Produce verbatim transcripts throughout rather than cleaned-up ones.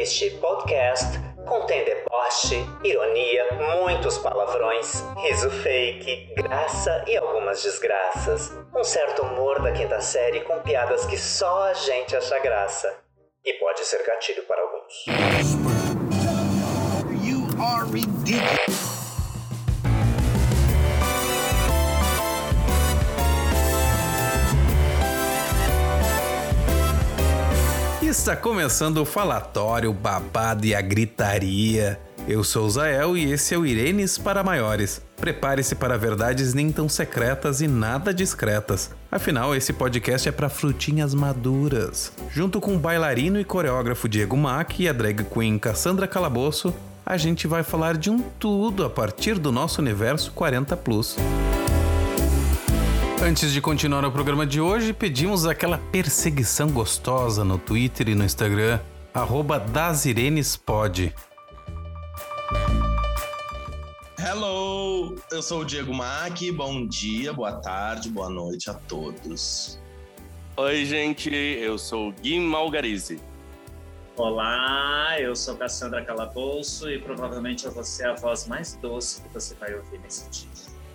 Este podcast contém deboche, ironia, muitos palavrões, riso fake, graça e algumas desgraças. Um certo humor da quinta série com piadas que só a gente acha graça. E pode ser gatilho para alguns. You are ridiculous. Está começando o falatório, o babado e a gritaria. Eu sou o Zael e esse é o Irenes para Maiores. Prepare-se para verdades nem tão secretas e nada discretas. Afinal, esse podcast é para frutinhas maduras. Junto com o bailarino e coreógrafo Diego Mack e a drag queen Cassandra Calabouço, a gente vai falar de um tudo a partir do nosso universo quarenta plus. Antes de continuar o programa de hoje, pedimos aquela perseguição gostosa no Twitter e no Instagram, arroba dasirenespod. Hello, eu sou o Diego Mack, bom dia, boa tarde, boa noite a todos. Oi gente, eu sou o Gui Malgarize. Olá, eu sou Cassandra Calabouço e provavelmente eu vou ser a voz mais doce que você vai ouvir nesse dia.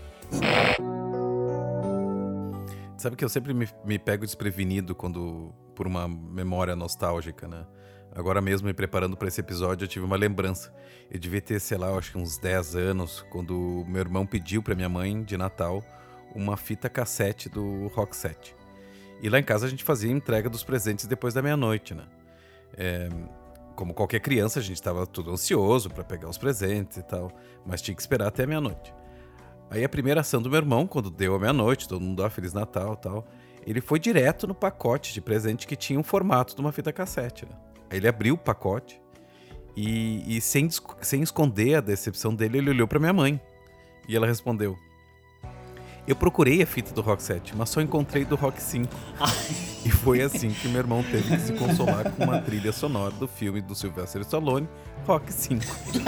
Sabe que eu sempre me, me pego desprevenido quando por uma memória nostálgica, né? Agora mesmo, me preparando para esse episódio, eu tive uma lembrança. Eu devia ter, sei lá, eu acho que uns dez anos, quando meu irmão pediu para minha mãe, de Natal, uma fita cassete do Rock set. E lá em casa a gente fazia entrega dos presentes depois da meia-noite, né? É, como qualquer criança, a gente estava tudo ansioso para pegar os presentes e tal, mas tinha que esperar até a meia-noite. Aí a primeira ação do meu irmão, quando deu a meia-noite, todo mundo dá Feliz Natal e tal, ele foi direto no pacote de presente que tinha um formato de uma fita cassete, né? Aí ele abriu o pacote e, e sem, sem esconder a decepção dele, ele olhou pra minha mãe. E ela respondeu: eu procurei a fita do Rock set, mas só encontrei do Rock cinco. E foi assim que meu irmão teve que se consolar com uma trilha sonora do filme do Sylvester Stallone, Rock cinco.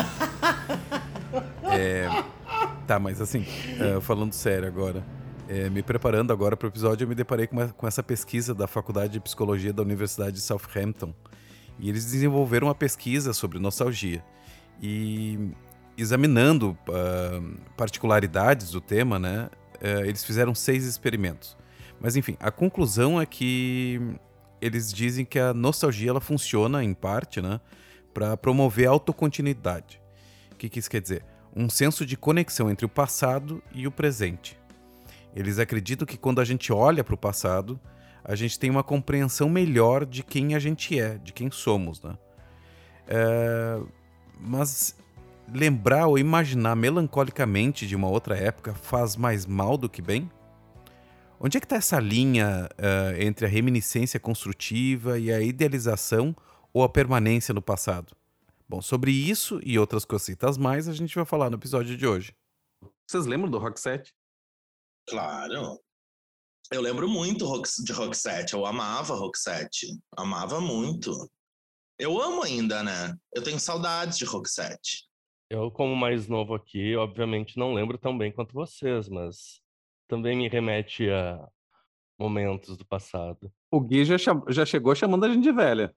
É... Tá, mas assim, uh, falando sério agora, é, me preparando agora para o episódio, eu me deparei com, uma, com essa pesquisa da Faculdade de Psicologia da Universidade de Southampton. E eles desenvolveram uma pesquisa sobre nostalgia. E examinando uh, particularidades do tema, né, uh, eles fizeram seis experimentos. Mas enfim, a conclusão é que eles dizem que a nostalgia ela funciona, em parte, né, para promover a autocontinuidade. O que, que isso quer dizer? Um senso de conexão entre o passado e o presente. Eles acreditam que quando a gente olha para o passado, a gente tem uma compreensão melhor de quem a gente é, de quem somos, né? É... Mas lembrar ou imaginar melancolicamente de uma outra época faz mais mal do que bem? Onde é que está essa linha uh, entre a reminiscência construtiva e a idealização ou a permanência no passado? Bom, sobre isso e outras cositas mais, a gente vai falar no episódio de hoje. Vocês lembram do Rock set? Claro. Eu lembro muito de Rock set. Eu amava Rock set. Amava muito. Eu amo ainda, né? Eu tenho saudades de Rock set. Eu, como mais novo aqui, obviamente não lembro tão bem quanto vocês, mas também me remete a momentos do passado. O Gui já, cham... já chegou chamando a gente de velha.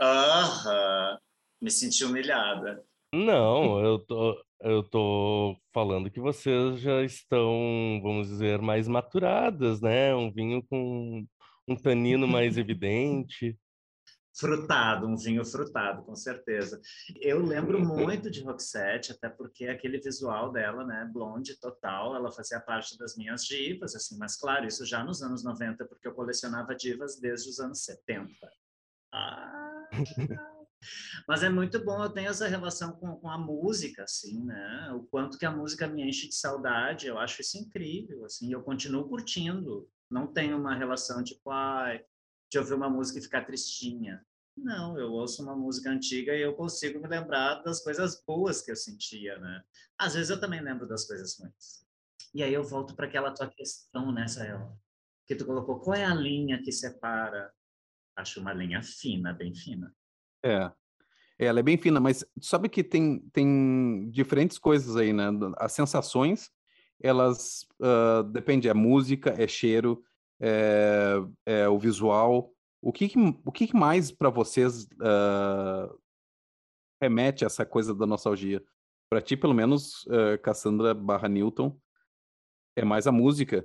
Aham. Me senti humilhada. Não, eu tô, eu tô falando que vocês já estão, vamos dizer, mais maturadas, né? Um vinho com um tanino mais evidente. Frutado, um vinho frutado, com certeza. Eu lembro muito de Rock set, até porque aquele visual dela, né, blonde total, ela fazia parte das minhas divas, assim, mas claro, isso já nos anos noventa, porque eu colecionava divas desde os anos setenta. Ah... Mas é muito bom, eu tenho essa relação com, com a música, assim, né? O quanto que a música me enche de saudade, eu acho isso incrível, assim, eu continuo curtindo. Não tenho uma relação tipo, ai, de ouvir uma música e ficar tristinha. Não, eu ouço uma música antiga e eu consigo me lembrar das coisas boas que eu sentia, né? Às vezes eu também lembro das coisas ruins. E aí eu volto para aquela tua questão, né, Sael? Que tu colocou, qual é a linha que separa? Acho uma linha fina, bem fina. É, ela é bem fina, mas sabe que tem, tem diferentes coisas aí, né? As sensações, elas uh, depende, é música, é cheiro, é, é o visual. O que, que, o que, que mais para vocês uh, remete a essa coisa da nostalgia? Pra ti, pelo menos, uh, Cassandra barra Newton, é mais a música?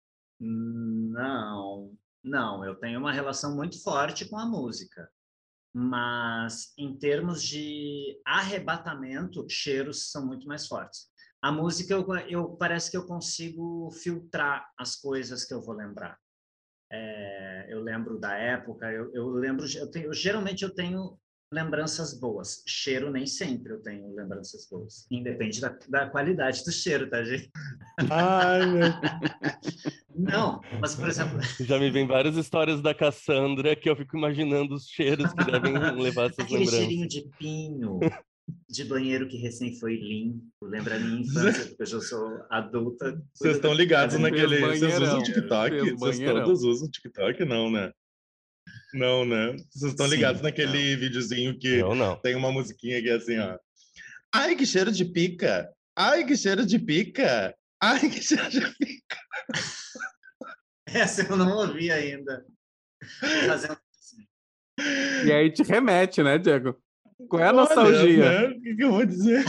Não, não, eu tenho uma relação muito forte com a música, mas em termos de arrebatamento, cheiros são muito mais fortes. A música, eu, eu parece que eu consigo filtrar as coisas que eu vou lembrar. É, eu lembro da época, eu, eu lembro, eu tenho, geralmente eu tenho lembranças boas. Cheiro nem sempre eu tenho lembranças boas. Independe da, da qualidade do cheiro, tá, gente? Ai, meu... Não, mas, por exemplo... Já me vem várias histórias da Cassandra que eu fico imaginando os cheiros que devem levar essas Aquele lembranças. cheirinho de pinho, de banheiro que recém foi limpo. Lembra a minha infância, porque eu já sou adulta. Vocês estão ligados Fez naquele... Vocês usam banheirão, TikTok? fez Vocês banheirão. todos usam TikTok? Não, né? Não, né? Vocês estão Sim, ligados naquele não. videozinho que Eu não. tem uma musiquinha que é assim, ó. Ai, que cheiro de pica! Ai, que cheiro de pica! Ai, que cheiro de pica! Essa eu não ouvi ainda. Vou fazer um... E aí te remete, né, Diego? Qual é a Olha, nostalgia? né? O que, que eu vou dizer?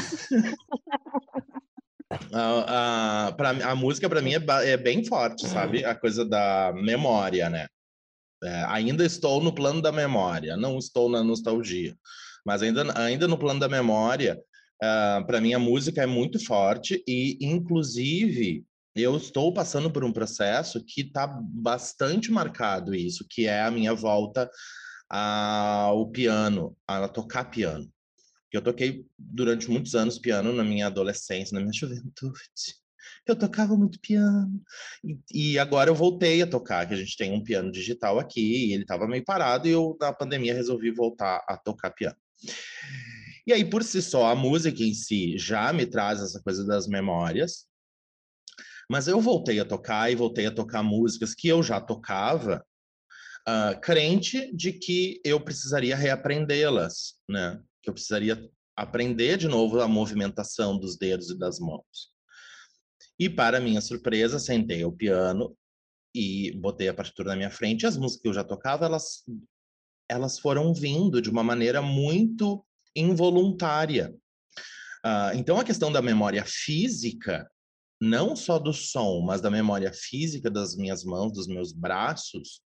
a, a, pra, a música, para mim, é, ba- é bem forte, sabe? A coisa da memória, né? É, ainda estou no plano da memória, não estou na nostalgia. Mas ainda, ainda no plano da memória, uh, para mim, a música é muito forte e, inclusive, eu estou passando por um processo que está bastante marcado isso, que é a minha volta ao piano, a tocar piano. Eu toquei durante muitos anos piano na minha adolescência, na minha juventude. Eu tocava muito piano. E, e agora eu voltei a tocar, que a gente tem um piano digital aqui, e ele estava meio parado, e eu, na pandemia, resolvi voltar a tocar piano. E aí, por si só, a música em si já me traz essa coisa das memórias, mas eu voltei a tocar e voltei a tocar músicas que eu já tocava, uh, crente de que eu precisaria reaprendê-las, né? Que eu precisaria aprender de novo a movimentação dos dedos e das mãos. E, para minha surpresa, sentei ao piano e botei a partitura na minha frente. E as músicas que eu já tocava, elas, elas foram vindo de uma maneira muito involuntária. Uh, então, a questão da memória física, não só do som, mas da memória física das minhas mãos, dos meus braços,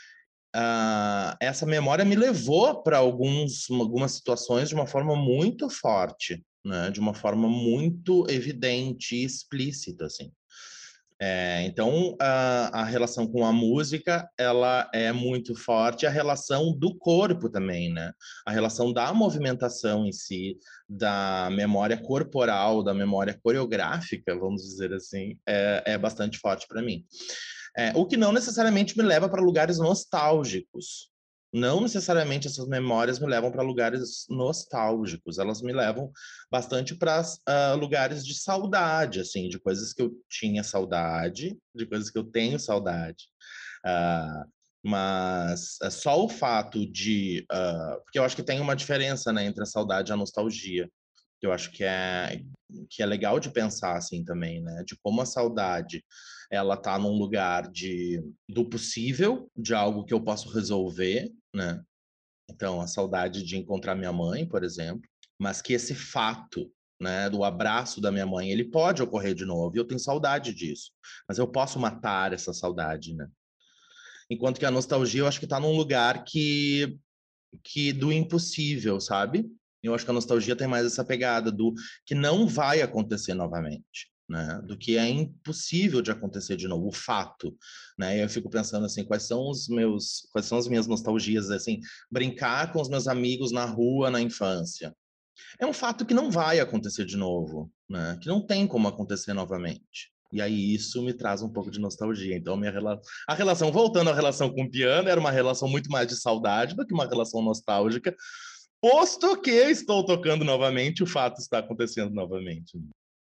uh, essa memória me levou para alguns algumas situações de uma forma muito forte, né? De uma forma muito evidente e explícita, assim. É, então, a, a relação com a música, ela é muito forte, a relação do corpo também, né? A relação da movimentação em si, da memória corporal, da memória coreográfica, vamos dizer assim, é, é bastante forte para mim. É, o que não necessariamente me leva para lugares nostálgicos. Não necessariamente essas memórias me levam para lugares nostálgicos, elas me levam bastante para uh, lugares de saudade, assim, de coisas que eu tinha saudade, de coisas que eu tenho saudade. Uh, mas é só o fato de... Uh, porque eu acho que tem uma diferença, né, entre a saudade e a nostalgia, que eu acho que é, que é legal de pensar assim também, né, de como a saudade ela tá num lugar de, do possível, de algo que eu posso resolver, né? Então, a saudade de encontrar minha mãe, por exemplo, mas que esse fato, né, do abraço da minha mãe, ele pode ocorrer de novo, e eu tenho saudade disso, mas eu posso matar essa saudade, né? Enquanto que a nostalgia, eu acho que tá num lugar que, que do impossível, sabe? Eu acho que a nostalgia tem mais essa pegada do que não vai acontecer novamente. Né, do que é impossível de acontecer de novo, o fato, né? Eu fico pensando assim, quais são os meus, quais são as minhas nostalgias, assim, brincar com os meus amigos na rua na infância. É um fato que não vai acontecer de novo, né? Que não tem como acontecer novamente. E aí isso me traz um pouco de nostalgia. Então minha relação, a relação voltando à relação com o piano era uma relação muito mais de saudade do que uma relação nostálgica, posto que estou tocando novamente, o fato está acontecendo novamente.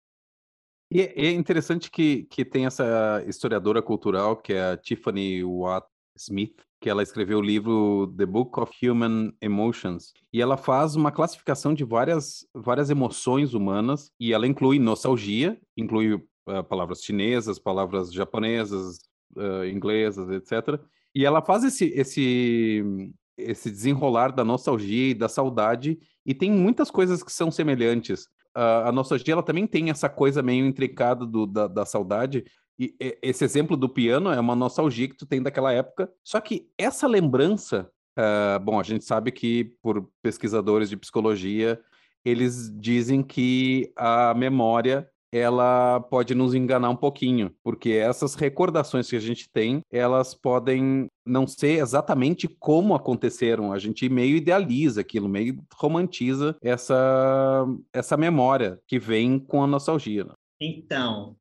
E é é interessante que, que tem essa historiadora cultural, que é a Tiffany Watt Smith, que ela escreveu o livro The Book of Human Emotions, e ela faz uma classificação de várias, várias emoções humanas, e ela inclui nostalgia, inclui uh, palavras chinesas, palavras japonesas, uh, inglesas, etcétera. E ela faz esse, esse, esse desenrolar da nostalgia e da saudade, e tem muitas coisas que são semelhantes. A, a nostalgia, ela também tem essa coisa meio intricada do, da, da saudade, e, e esse exemplo do piano é uma nostalgia que tu tem daquela época, só que essa lembrança, uh, bom, a gente sabe que por pesquisadores de psicologia, eles dizem que a memória ela pode nos enganar um pouquinho, porque essas recordações que a gente tem, elas podem não ser exatamente como aconteceram. A gente meio idealiza aquilo, meio romantiza essa, essa memória que vem com a nostalgia. Então,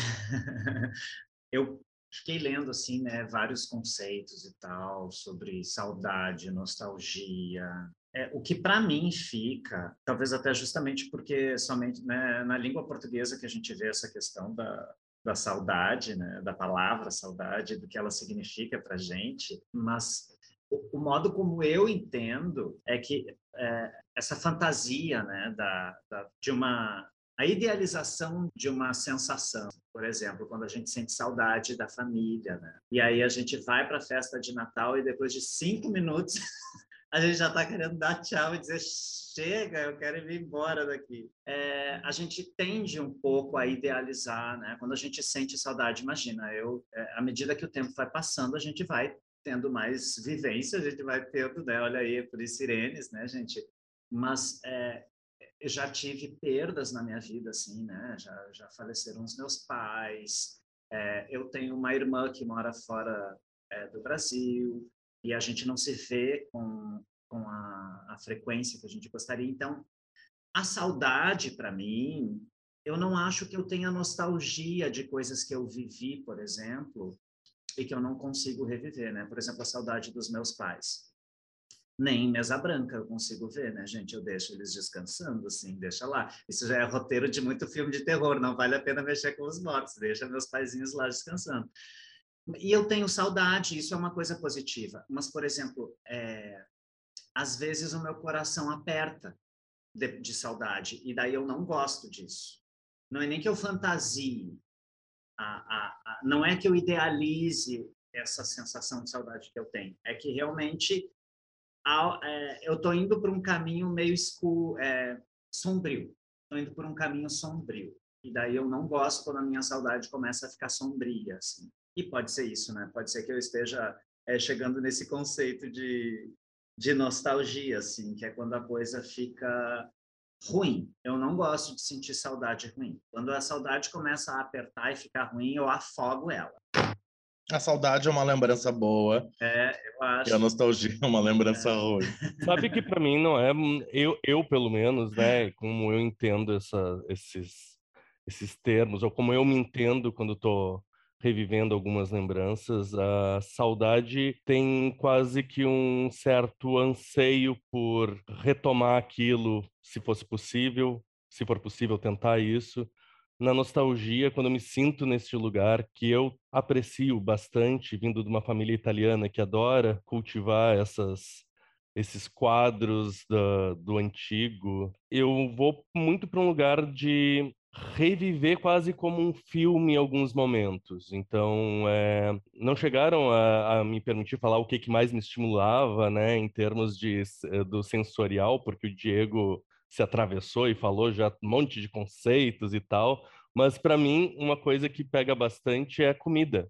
eu fiquei lendo assim, né, vários conceitos e tal sobre saudade, nostalgia. É, o que para mim fica, talvez até justamente porque somente, né, na língua portuguesa que a gente vê essa questão da, da saudade, né, da palavra saudade, do que ela significa para gente, mas o, o modo como eu entendo é que é, essa fantasia, né, da, da, de uma a idealização de uma sensação, por exemplo, quando a gente sente saudade da família, né? E aí a gente vai para a festa de Natal e depois de cinco minutos a gente já está querendo dar tchau e dizer chega, eu quero ir embora daqui. É, a gente tende um pouco a idealizar, né? Quando a gente sente saudade, imagina, eu, é, à medida que o tempo vai passando, a gente vai tendo mais vivência, a gente vai tendo, né? Olha aí, por isso sirenes, né, gente? Mas é, eu já tive perdas na minha vida, assim, né? Já, já faleceram os meus pais. É, eu tenho uma irmã que mora fora é, do Brasil e a gente não se vê com, com a, a frequência que a gente gostaria. Então, a saudade, para mim, eu não acho que eu tenha nostalgia de coisas que eu vivi, por exemplo, e que eu não consigo reviver, né? Por exemplo, a saudade dos meus pais. Nem mesa branca eu consigo ver, né, gente? Eu deixo eles descansando, assim, deixa lá. Isso já é roteiro de muito filme de terror, não vale a pena mexer com os mortos, deixa meus paizinhos lá descansando. E eu tenho saudade, isso é uma coisa positiva. Mas, por exemplo, é, às vezes o meu coração aperta de, de saudade, e daí eu não gosto disso. Não é nem que eu fantasie, a, a, a, não é que eu idealize essa sensação de saudade que eu tenho, é que realmente a, é, eu estou indo por um caminho meio escuro, é, sombrio. Estou indo por um caminho sombrio. E daí eu não gosto quando a minha saudade começa a ficar sombria, assim. E pode ser isso, né? Pode ser que eu esteja é, chegando nesse conceito de, de nostalgia, assim, que é quando a coisa fica ruim. Eu não gosto de sentir saudade ruim. Quando a saudade começa a apertar e ficar ruim, eu afogo ela. A saudade é uma lembrança boa. É, eu acho. E a nostalgia é uma lembrança é. ruim. Sabe que para mim não é... Eu, eu, pelo menos, né? Como eu entendo essa, esses, esses termos, ou como eu me entendo quando estou revivendo algumas lembranças, a saudade tem quase que um certo anseio por retomar aquilo, se fosse possível, se for possível tentar isso. Na nostalgia, quando eu me sinto nesse lugar que eu aprecio bastante, vindo de uma família italiana que adora cultivar essas, esses quadros da, do antigo, eu vou muito para um lugar de reviver quase como um filme em alguns momentos. Então, é, não chegaram a, a me permitir falar o que, que mais me estimulava, né, em termos de, do sensorial, porque o Diego se atravessou e falou já um monte de conceitos e tal, mas para mim uma coisa que pega bastante é a comida,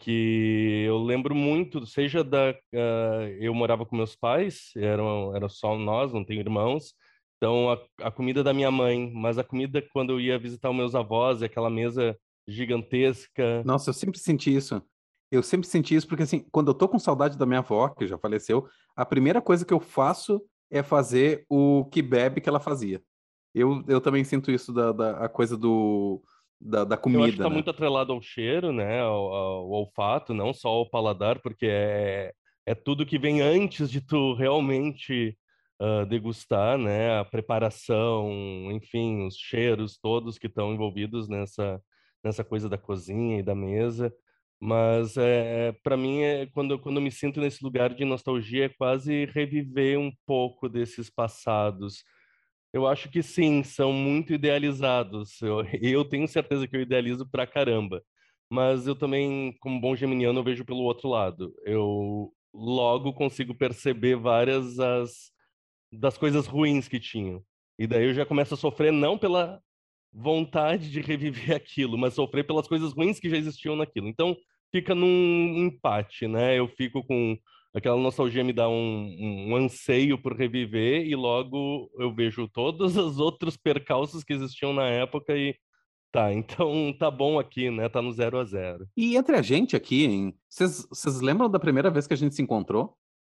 porque eu lembro muito, seja da uh, eu morava com meus pais, eram era só nós, não tenho irmãos, então a, a comida da minha mãe, mas a comida quando eu ia visitar os meus avós, aquela mesa gigantesca. Nossa, eu sempre senti isso. Eu sempre senti isso porque, assim, quando eu tô com saudade da minha avó, que já faleceu, a primeira coisa que eu faço é fazer o kebab que ela fazia. Eu, eu também sinto isso da, da a coisa do, da, da comida, Eu acho que está né? muito atrelado ao cheiro, né? Ao, ao olfato, não só ao paladar, porque é, é tudo que vem antes de tu realmente uh, degustar, né? A preparação, enfim, os cheiros todos que estão envolvidos nessa, nessa coisa da cozinha e da mesa. Mas é, para mim, é, quando, quando eu me sinto nesse lugar de nostalgia, é quase reviver um pouco desses passados. Eu acho que sim, são muito idealizados. Eu, eu tenho certeza que eu idealizo pra caramba. Mas eu também, como bom geminiano, eu vejo pelo outro lado. Eu logo consigo perceber várias as, das coisas ruins que tinham. E daí eu já começo a sofrer não pela vontade de reviver aquilo, mas sofrer pelas coisas ruins que já existiam naquilo. Então, fica num empate, né? Eu fico com aquela nostalgia, me dá um, um anseio por reviver, e logo eu vejo todos os outros percalços que existiam na época e tá, então tá bom aqui, né? Tá no zero a zero. E entre a gente aqui, hein? Vocês vocês lembram da primeira vez que a gente se encontrou?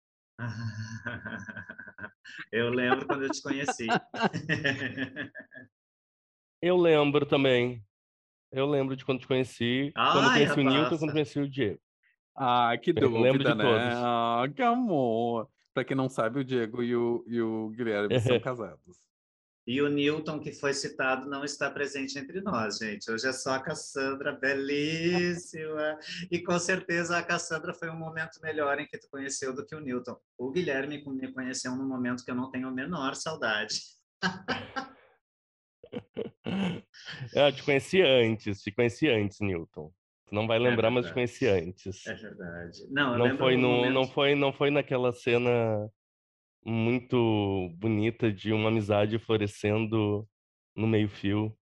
Eu lembro quando eu te conheci. Eu lembro também. Eu lembro de quando te conheci, quando Ai, conheci o Newton, rapaz. quando conheci o Diego. Ah, que Eu lembro dúvida, de né? todos. Ah, que amor. Pra quem não sabe, o Diego e o, e o Guilherme são casados. E o Newton, que foi citado, não está presente entre nós, gente. Hoje é só a Cassandra, belíssima. E com certeza a Cassandra foi um momento melhor em que tu conheceu do que o Newton. O Guilherme me conheceu num momento que eu não tenho a menor saudade. Eu te conheci antes, te conheci antes, Newton. Tu não vai lembrar, É mas te conheci antes. É verdade. Não, eu Não lembro foi um no, momento... não foi, não foi naquela cena muito bonita de uma amizade florescendo no meio-fio.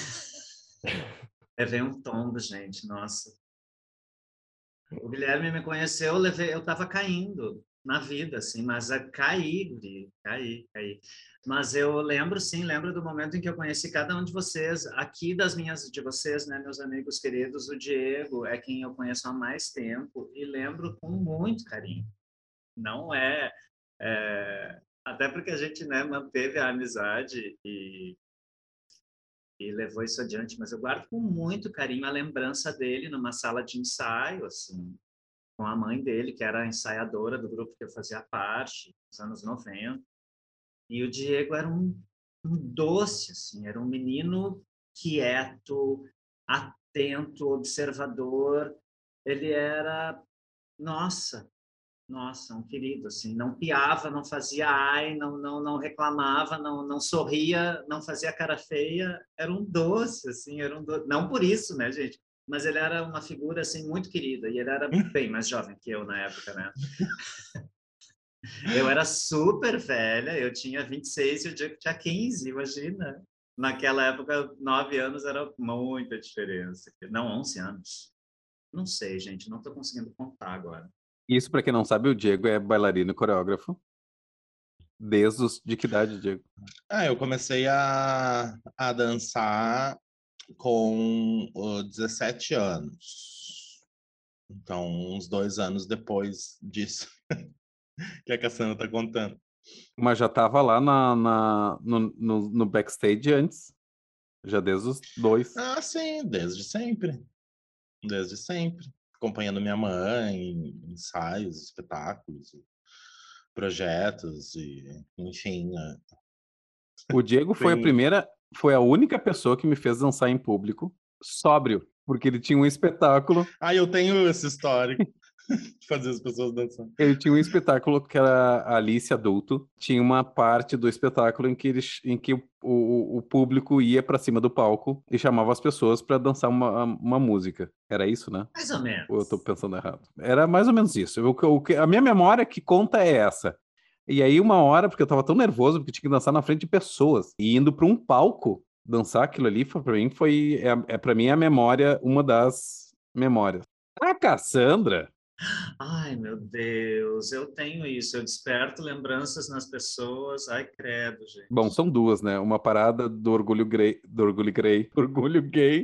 É, veio um tombo, gente, nossa. O Guilherme me conheceu, eu levei, eu tava caindo na vida, assim, mas a caí, guri, caí, caí. Mas eu lembro, sim, lembro do momento em que eu conheci cada um de vocês, aqui das minhas, de vocês, né, meus amigos queridos, o Diego é quem eu conheço há mais tempo e lembro com muito carinho. Não é, é até porque a gente, né, manteve a amizade e e levou isso adiante, mas eu guardo com muito carinho a lembrança dele numa sala de ensaio, assim, com a mãe dele, que era a ensaiadora do grupo que eu fazia parte, nos anos noventa. E o Diego era um, um doce, assim, era um menino quieto, atento, observador. Ele era, nossa, nossa, um querido, assim, não piava, não fazia ai, não, não, não reclamava, não, não sorria, não fazia cara feia, era um doce, assim, era um doce. Não por isso, né, gente? Mas ele era uma figura, assim, muito querida, e ele era bem mais jovem que eu na época, né? Eu era super velha, eu tinha vinte e seis e o Diego tinha quinze, imagina. Naquela época, nove anos era muita diferença. Não, onze anos. Não sei, gente, não estou conseguindo contar agora. Isso, pra quem não sabe, o Diego é bailarino e coreógrafo. Desde os... De que idade, Diego? Ah, eu comecei a, a dançar com uh, dezessete anos. Então, uns dois anos depois disso que a Cassandra tá contando. Mas já tava lá na, na, no, no, no backstage antes. Já desde os dois. Ah, sim, desde sempre. Desde sempre. Acompanhando minha mãe em ensaios, espetáculos, projetos, e enfim. Né? O Diego foi Tem- a primeira, foi a única pessoa que me fez dançar em público, sóbrio, porque ele tinha um espetáculo. Ah, eu tenho esse histórico de fazer as pessoas dançando. Ele tinha um espetáculo que era a Alice Adulto. Tinha uma parte do espetáculo em que, ele, em que o, o, o público ia pra cima do palco e chamava as pessoas pra dançar uma, uma música. Era isso, né? Mais ou menos. Ou eu tô pensando errado? Era mais ou menos isso. O, que- o, que- a minha memória que conta é essa. E aí, uma hora, porque eu tava tão nervoso, porque tinha que dançar na frente de pessoas, e indo pra um palco, dançar aquilo ali, foi, pra mim, foi. É, é, pra mim, a memória, uma das memórias. A Cassandra. Ai, meu Deus, eu tenho isso. Eu desperto lembranças nas pessoas. Ai, credo, gente. Bom, são duas, né? Uma parada do orgulho gay, do orgulho gay, orgulho gay.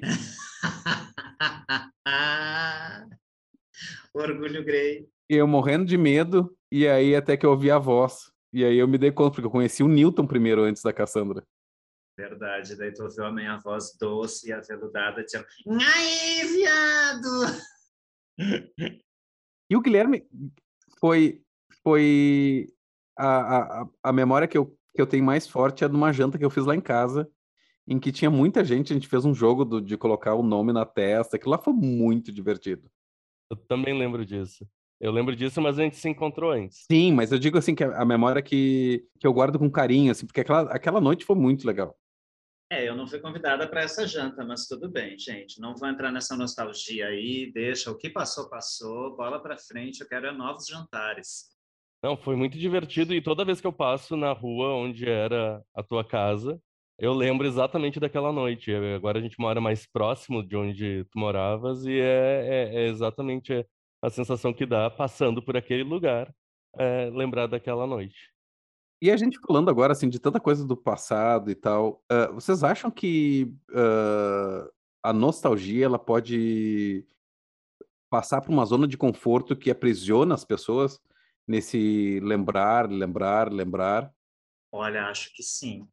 Orgulho Grey. Eu morrendo de medo, e aí até que eu ouvi a voz. E aí eu me dei conta, porque eu conheci o Newton primeiro antes da Cassandra. Verdade, daí tu ouviu a minha voz doce e aveludada dizendo: Aí, viado! E o Guilherme foi, foi a, a, a memória que eu, que eu tenho mais forte é de uma janta que eu fiz lá em casa, em que tinha muita gente, a gente fez um jogo do, de colocar o nome na testa, aquilo lá foi muito divertido. Eu também lembro disso. Eu lembro disso, mas a gente se encontrou antes. Sim, mas eu digo assim, que a, a memória que, que eu guardo com carinho, assim, porque aquela, aquela noite foi muito legal. É, eu não fui convidada para essa janta, mas tudo bem, gente. Não vou entrar nessa nostalgia aí, deixa o que passou, passou, bola para frente, eu quero é novos jantares. Não, foi muito divertido e toda vez que eu passo na rua onde era a tua casa, eu lembro exatamente daquela noite. Eh, Agora a gente mora mais próximo de onde tu moravas e é, é- é exatamente a sensação que dá passando por aquele lugar, é, lembrar daquela noite. E a gente falando agora, assim, de tanta coisa do passado e tal, hã, vocês acham que, hã, a nostalgia ela pode passar por uma zona de conforto que aprisiona as pessoas nesse lembrar, lembrar, lembrar? Olha, acho que sim.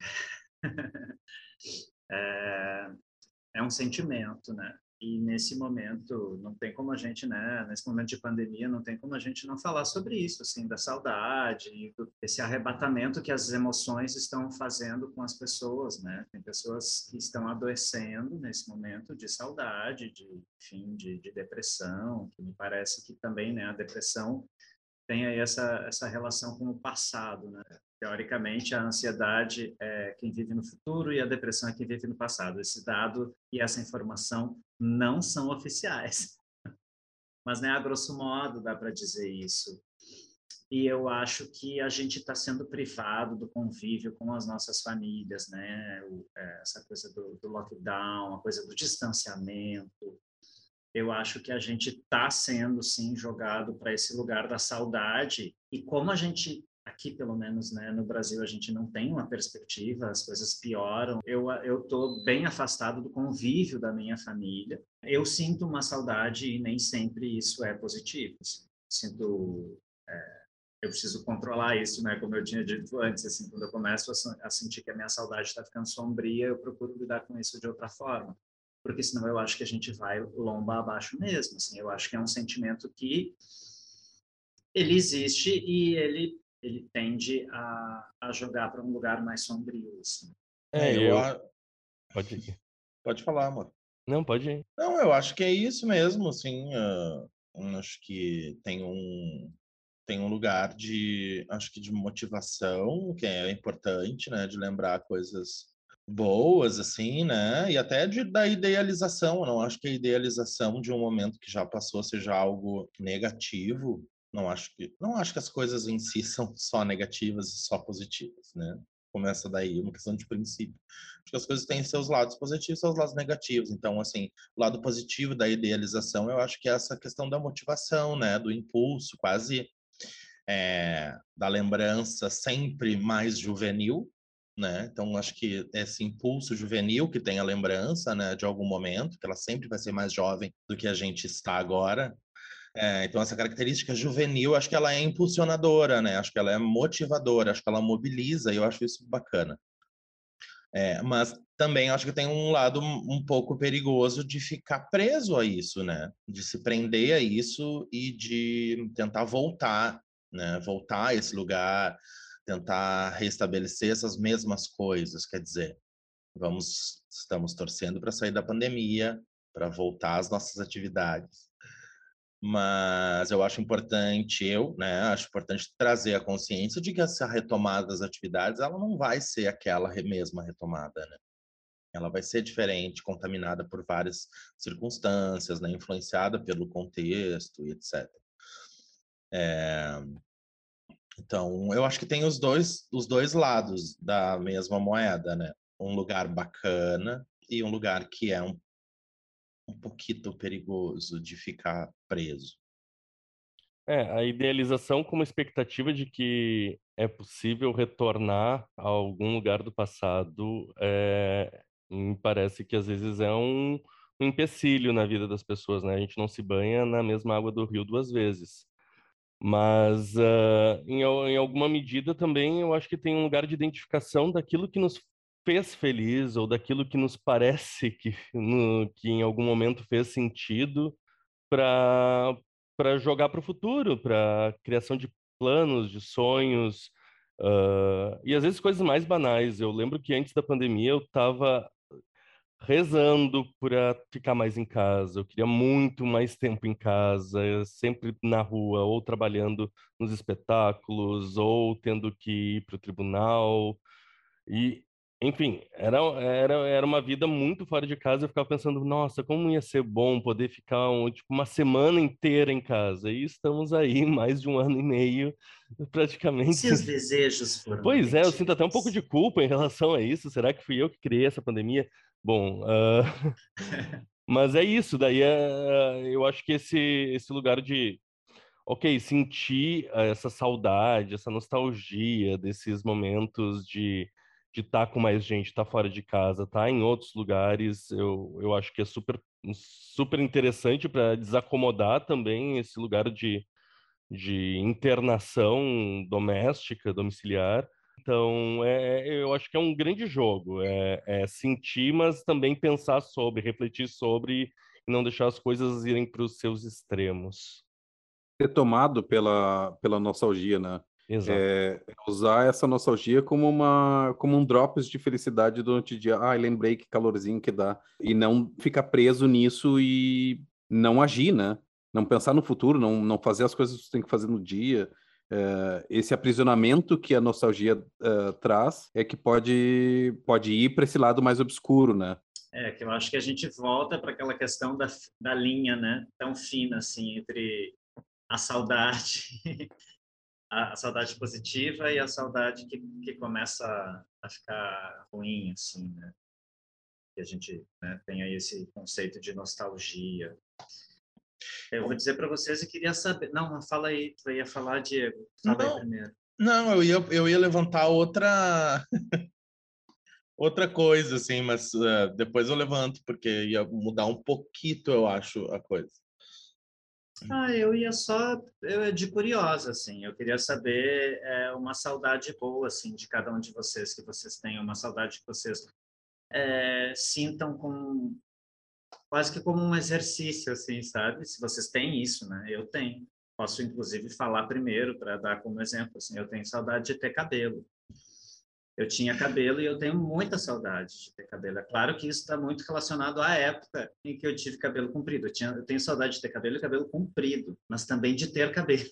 É um sentimento, né? E nesse momento, não tem como a gente, né? Nesse momento de pandemia, não tem como a gente não falar sobre isso, assim, da saudade, e do, esse arrebatamento que as emoções estão fazendo com as pessoas, né? Tem pessoas que estão adoecendo nesse momento de saudade, de, enfim, de, de depressão, que me parece que também, né? A depressão tem aí essa, essa relação com o passado, né? Teoricamente, a ansiedade é quem vive no futuro e a depressão é quem vive no passado. Esse dado e essa informação não são oficiais, mas, né, a grosso modo, dá para dizer isso. E eu acho que a gente está sendo privado do convívio com as nossas famílias, né? O, é, essa coisa do, do lockdown, a coisa do distanciamento, eu acho que a gente está sendo, sim, jogado para esse lugar da saudade. E como a gente, aqui pelo menos, né, no Brasil, a gente não tem uma perspectiva, as coisas pioram. Eu eu estou bem afastado do convívio da minha família. Eu sinto uma saudade e nem sempre isso é positivo. Assim. Sinto é, eu preciso controlar isso, né? Como eu tinha dito antes, assim, quando eu começo a, a sentir que a minha saudade está ficando sombria, eu procuro lidar com isso de outra forma, porque senão eu acho que a gente vai lomba abaixo mesmo, assim. Eu acho que é um sentimento que ele existe e ele ele tende a, a jogar para um lugar mais sombrio, assim. É, É, eu eu. a- Pode ir. pode falar, amor. Não, pode ir. Não, eu acho que é isso mesmo, assim, ah, eu acho que tem um tem um lugar de, acho que de motivação, que é importante, né, de lembrar coisas boas, assim, né, e até de, da idealização. Eu não acho que a idealização de um momento que já passou seja algo negativo. Não acho que, não acho que as coisas em si são só negativas e só positivas, né? Começa daí, uma questão de princípio. Acho que as coisas têm seus lados positivos e seus lados negativos. Então, assim, o lado positivo da idealização, eu acho que é essa questão da motivação, né, do impulso, quase é, da lembrança sempre mais juvenil, né? Então, acho que esse impulso juvenil que tem a lembrança, né, de algum momento, que ela sempre vai ser mais jovem do que a gente está agora. É, então, essa característica juvenil, acho que ela é impulsionadora, né? Acho que ela é motivadora, acho que ela mobiliza, e eu acho isso bacana. É, mas também acho que tem um lado um pouco perigoso de ficar preso a isso, né? De se prender a isso e de tentar voltar, né? Voltar a esse lugar, tentar restabelecer essas mesmas coisas. Quer dizer, vamos, estamos torcendo para sair da pandemia, para voltar às nossas atividades. Mas eu acho importante, eu, né, acho importante trazer a consciência de que essa retomada das atividades, ela não vai ser aquela re- mesma retomada, né? Ela vai ser diferente, contaminada por várias circunstâncias, né, influenciada pelo contexto e etcétera. É, então, eu acho que tem os dois, os dois lados da mesma moeda, né? Um lugar bacana e um lugar que é um, um pouquinho perigoso de ficar preso. É, a idealização como expectativa de que é possível retornar a algum lugar do passado, é, me parece que às vezes é um, um empecilho na vida das pessoas, né? A gente não se banha na mesma água do rio duas vezes. Mas, ah, em, al- em alguma medida também eu acho que tem um lugar de identificação daquilo que nos fez feliz ou daquilo que nos parece que, no, que em algum momento fez sentido para para jogar para o futuro, para criação de planos, de sonhos, ah, e às vezes coisas mais banais. Eu lembro que antes da pandemia eu estava rezando para ficar mais em casa. Eu queria muito mais tempo em casa, eu sempre na rua, ou trabalhando nos espetáculos, ou tendo que ir para o tribunal. E enfim, era, era, era uma vida muito fora de casa. Eu ficava pensando, nossa, como ia ser bom poder ficar um, tipo, uma semana inteira em casa. E estamos aí, mais de um ano e meio, praticamente. Se os desejos foram Pois é, eu sinto até um atendidos. pouco de culpa em relação a isso. Será que fui eu que criei essa pandemia? Bom, ah, mas é isso. Daí é, eu acho que esse, esse lugar de, ok, sentir ah, essa saudade, essa nostalgia desses momentos de de estar com mais gente, estar fora de casa, estar em outros lugares, eu, eu acho que é super, super interessante para desacomodar também esse lugar de, de internação doméstica, domiciliar. Então, é, eu acho que é um grande jogo. É, é sentir, mas também pensar sobre, refletir sobre e não deixar as coisas irem para os seus extremos. Ser tomado pela, pela nostalgia, né? Exato. É, usar essa nostalgia como uma como um drops de felicidade durante o dia. Ah, lembrei que calorzinho que dá. E não ficar preso nisso e não agir, né? Não pensar no futuro, não, não fazer as coisas que você tem que fazer no dia. É, esse aprisionamento que a nostalgia é, traz é que pode, pode ir para esse lado mais obscuro, né? É, que eu acho que a gente volta para aquela questão da, da linha, né? Tão fina, assim, entre a saudade... a saudade positiva e a saudade que, que começa a ficar ruim, assim, né? Que a gente, né, tem aí esse conceito de nostalgia. Eu vou dizer para vocês e queria saber... Não, fala aí, tu ia falar, Diego. Fala Não, aí primeiro. Não, eu ia, eu ia levantar outra outra coisa, assim, mas uh, depois eu levanto, porque ia mudar um pouquinho, eu acho, a coisa. Ah, eu ia só eu, de curiosa, assim. Eu queria saber é, uma saudade boa, assim, de cada um de vocês, que vocês tenham, uma saudade que vocês é, sintam com quase que como um exercício, assim, sabe? Se vocês têm isso, né? Eu tenho. Posso, inclusive, falar primeiro para dar como exemplo, assim, eu tenho saudade de ter cabelo. Eu tinha cabelo e eu tenho muita saudade de ter cabelo. É claro que isso está muito relacionado à época em que eu tive cabelo comprido. Eu, tinha, eu tenho saudade de ter cabelo e cabelo comprido, mas também de ter cabelo.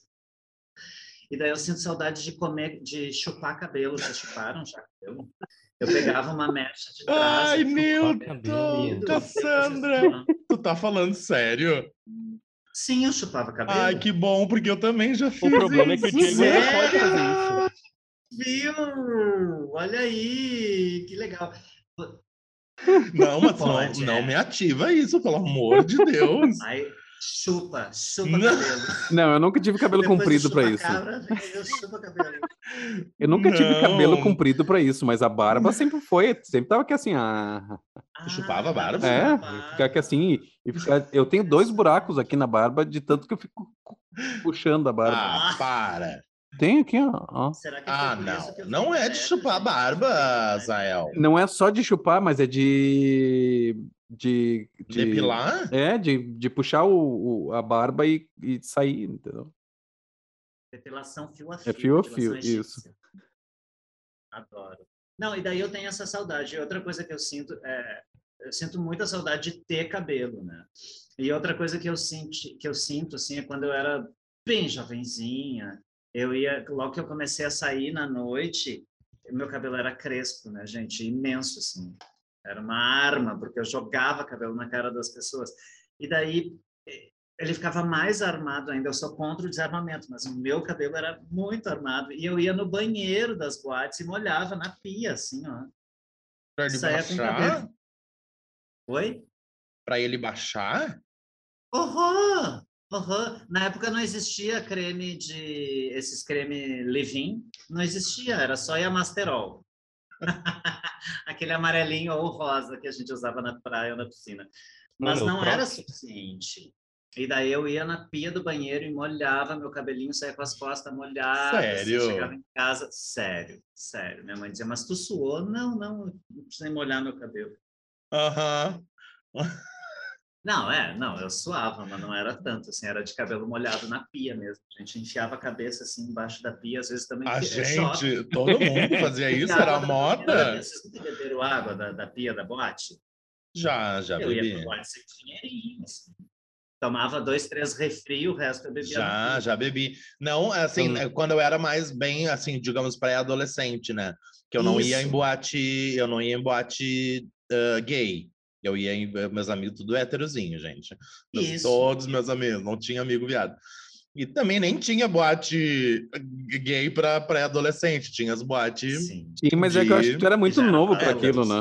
E daí eu sinto saudade de comer, de chupar cabelo. Vocês chuparam já cabelo? Eu pegava uma mecha de trás... Ai, e meu cabelo, Deus, Cassandra! Tu tá falando sério? Sim, eu chupava cabelo. Ai, que bom, porque eu também já fiz O problema isso. é que o Diego não pode fazer isso. Viu? Olha aí, que legal. Não, mas Pode, não, é. não me ativa isso, pelo amor de Deus. Aí, chupa, chupa Não. cabelo. Não, eu nunca tive cabelo Depois comprido de para chupa isso. cabra, eu chupa cabelo. Eu nunca tive Não. cabelo comprido para isso, mas a barba sempre foi, sempre tava aqui assim, ah, Tu chupava a barba? é, chupar. ficar aqui assim e ficar. Eu tenho dois buracos aqui na barba de tanto que eu fico puxando a barba. Ah, para. Tem aqui, ó. ó. Será que Ah, foi por isso que eu não. Não fiquei é de careca, chupar a gente? barba, Zael. Não é só de chupar, mas é de de, de Depilar? é de, de puxar o, o- a barba e, e sair, entendeu? Depilação fio a fio. É fio a depilação fio, isso. egípcia. Adoro. Não, e daí eu tenho essa saudade. E outra coisa que eu sinto é... Eu sinto muita saudade de ter cabelo, né? E outra coisa que eu, senti, que eu sinto, assim, é quando eu era bem jovenzinha, eu ia... Logo que eu comecei a sair na noite, meu cabelo era crespo, né, gente? Imenso, assim. Era uma arma, porque eu jogava cabelo na cara das pessoas. E daí ele ficava mais armado ainda. Eu sou contra o desarmamento, mas o meu cabelo era muito armado. E eu ia no banheiro das boates e molhava na pia, assim, ó. Pra ele Saía com baixar? cabelo. Oi? Pra ele baixar? Horror! Horror! Na época não existia creme de... Esses creme Leave-In. Não existia, era só Amasterol. Aquele amarelinho ou rosa que a gente usava na praia ou na piscina. Mas Mano, não eu era troco. suficiente. E daí eu ia na pia do banheiro e molhava meu cabelinho, saía com as costas molhadas. Sério? Assim, chegava em casa, sério, sério. Minha mãe dizia, mas tu suou? Não, não, não precisei molhar meu cabelo. Aham. Não, é, não, eu suava, mas não era tanto, assim, era de cabelo molhado na pia mesmo. A gente enfiava a cabeça, assim, embaixo da pia, às vezes também... A é gente, choque. todo mundo fazia isso, Enfiava era da pia da moda. pia. Vocês nunca beberam água da, da pia da boate? Já, já Eu ia bebi. pro boate sem dinheirinho, assim. Tomava dois, três refri, o resto eu bebia. Já, já bebi. Não, assim, Hum. quando eu era mais bem, assim, digamos, pré-adolescente, né? Que eu não ia em Isso. boate, eu não ia em boate uh, gay. Eu ia em meus amigos tudo héterozinho, gente. Meus, Isso. todos meus amigos, não tinha amigo viado. E também nem tinha boate gay para pré-adolescente, tinha as boates Sim. Sim, mas é que eu acho que tu era muito Já era novo pra para aquilo, héteros. né?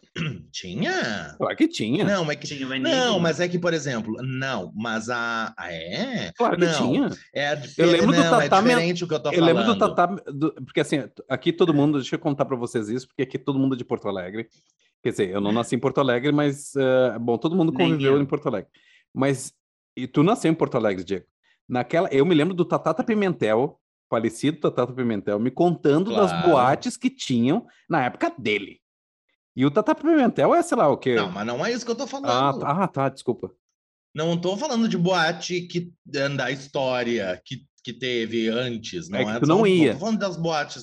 Tinha? Claro que tinha. Não, é que Tinha o não, Enigma. mas é que, por exemplo, não, mas a, ah, é? Claro que Não, tinha. é Eu diferente, lembro do não, é Tatá, men- diferente o que eu tô eu lembro do falando. Tatá, do- porque assim, aqui todo mundo, deixa eu contar para vocês isso, porque aqui todo mundo é de Porto Alegre. Quer dizer, eu não nasci em Porto Alegre, mas, eh, bom, todo mundo Nem conviveu eu. em Porto Alegre. Mas, e tu nasceu em Porto Alegre, Diego. Naquela, eu me lembro do Tatata Pimentel, falecido Tatata Pimentel, me contando das Claro. boates que tinham na época dele. E o Tatata Pimentel é, sei lá, o quê? Não, mas não é isso que eu tô Ah, falando. tá, ah, tá, desculpa. Não tô falando de boate que da história que, que teve antes, não É que é? tu não Não, não ia. tô falando das boates.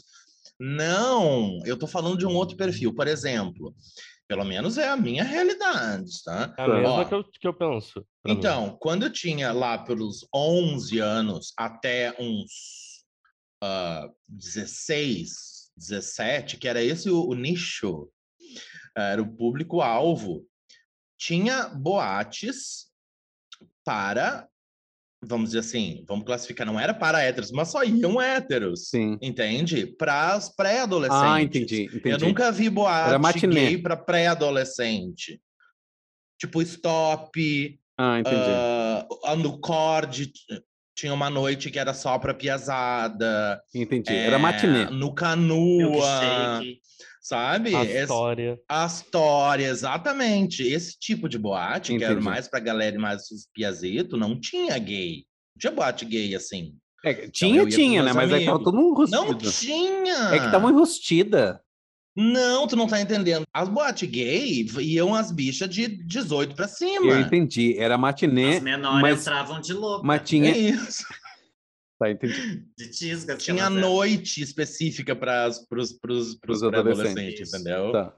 Não, eu tô falando de um outro perfil. Por exemplo, pelo menos é a minha realidade, tá? É a Tá. mesma Ó, que eu, que eu penso. pra mim. então, quando eu tinha lá pelos onze anos até uns ah, dezesseis, dezessete, que era esse o, o nicho, era o público-alvo, tinha boates para, vamos dizer assim, vamos classificar, não era para héteros, mas só iam héteros, Sim. entende? Para as pré-adolescentes. Ah, entendi, entendi. Eu nunca vi Era boate matinê. gay para pré-adolescente. Tipo Stop, Ah, entendi. uh, no Cord tinha uma noite que era só para piazada. Entendi. É, Era matinê. no Canua, Milkshake. sabe? A Esse- história. Astória, exatamente. Esse tipo de boate, que era Entendi. mais pra galera mais os piazito, não tinha gay. Não tinha boate gay assim. É, tinha, eu ia com tinha, meus né? Mas é que tava amigos. todo mundo Não enrustido. tinha! É que tava enrustida. Não, tu não tá entendendo. As boate gay iam as bichas de dezoito pra Eu cima. entendi. Era matinê, As menores mas, entravam de louca. mas É tinha... isso. Tá, entendi. De tisga. que Tinha elas eram. noite específica para os Pros pré-adolescentes, adolescentes. entendeu? Tá.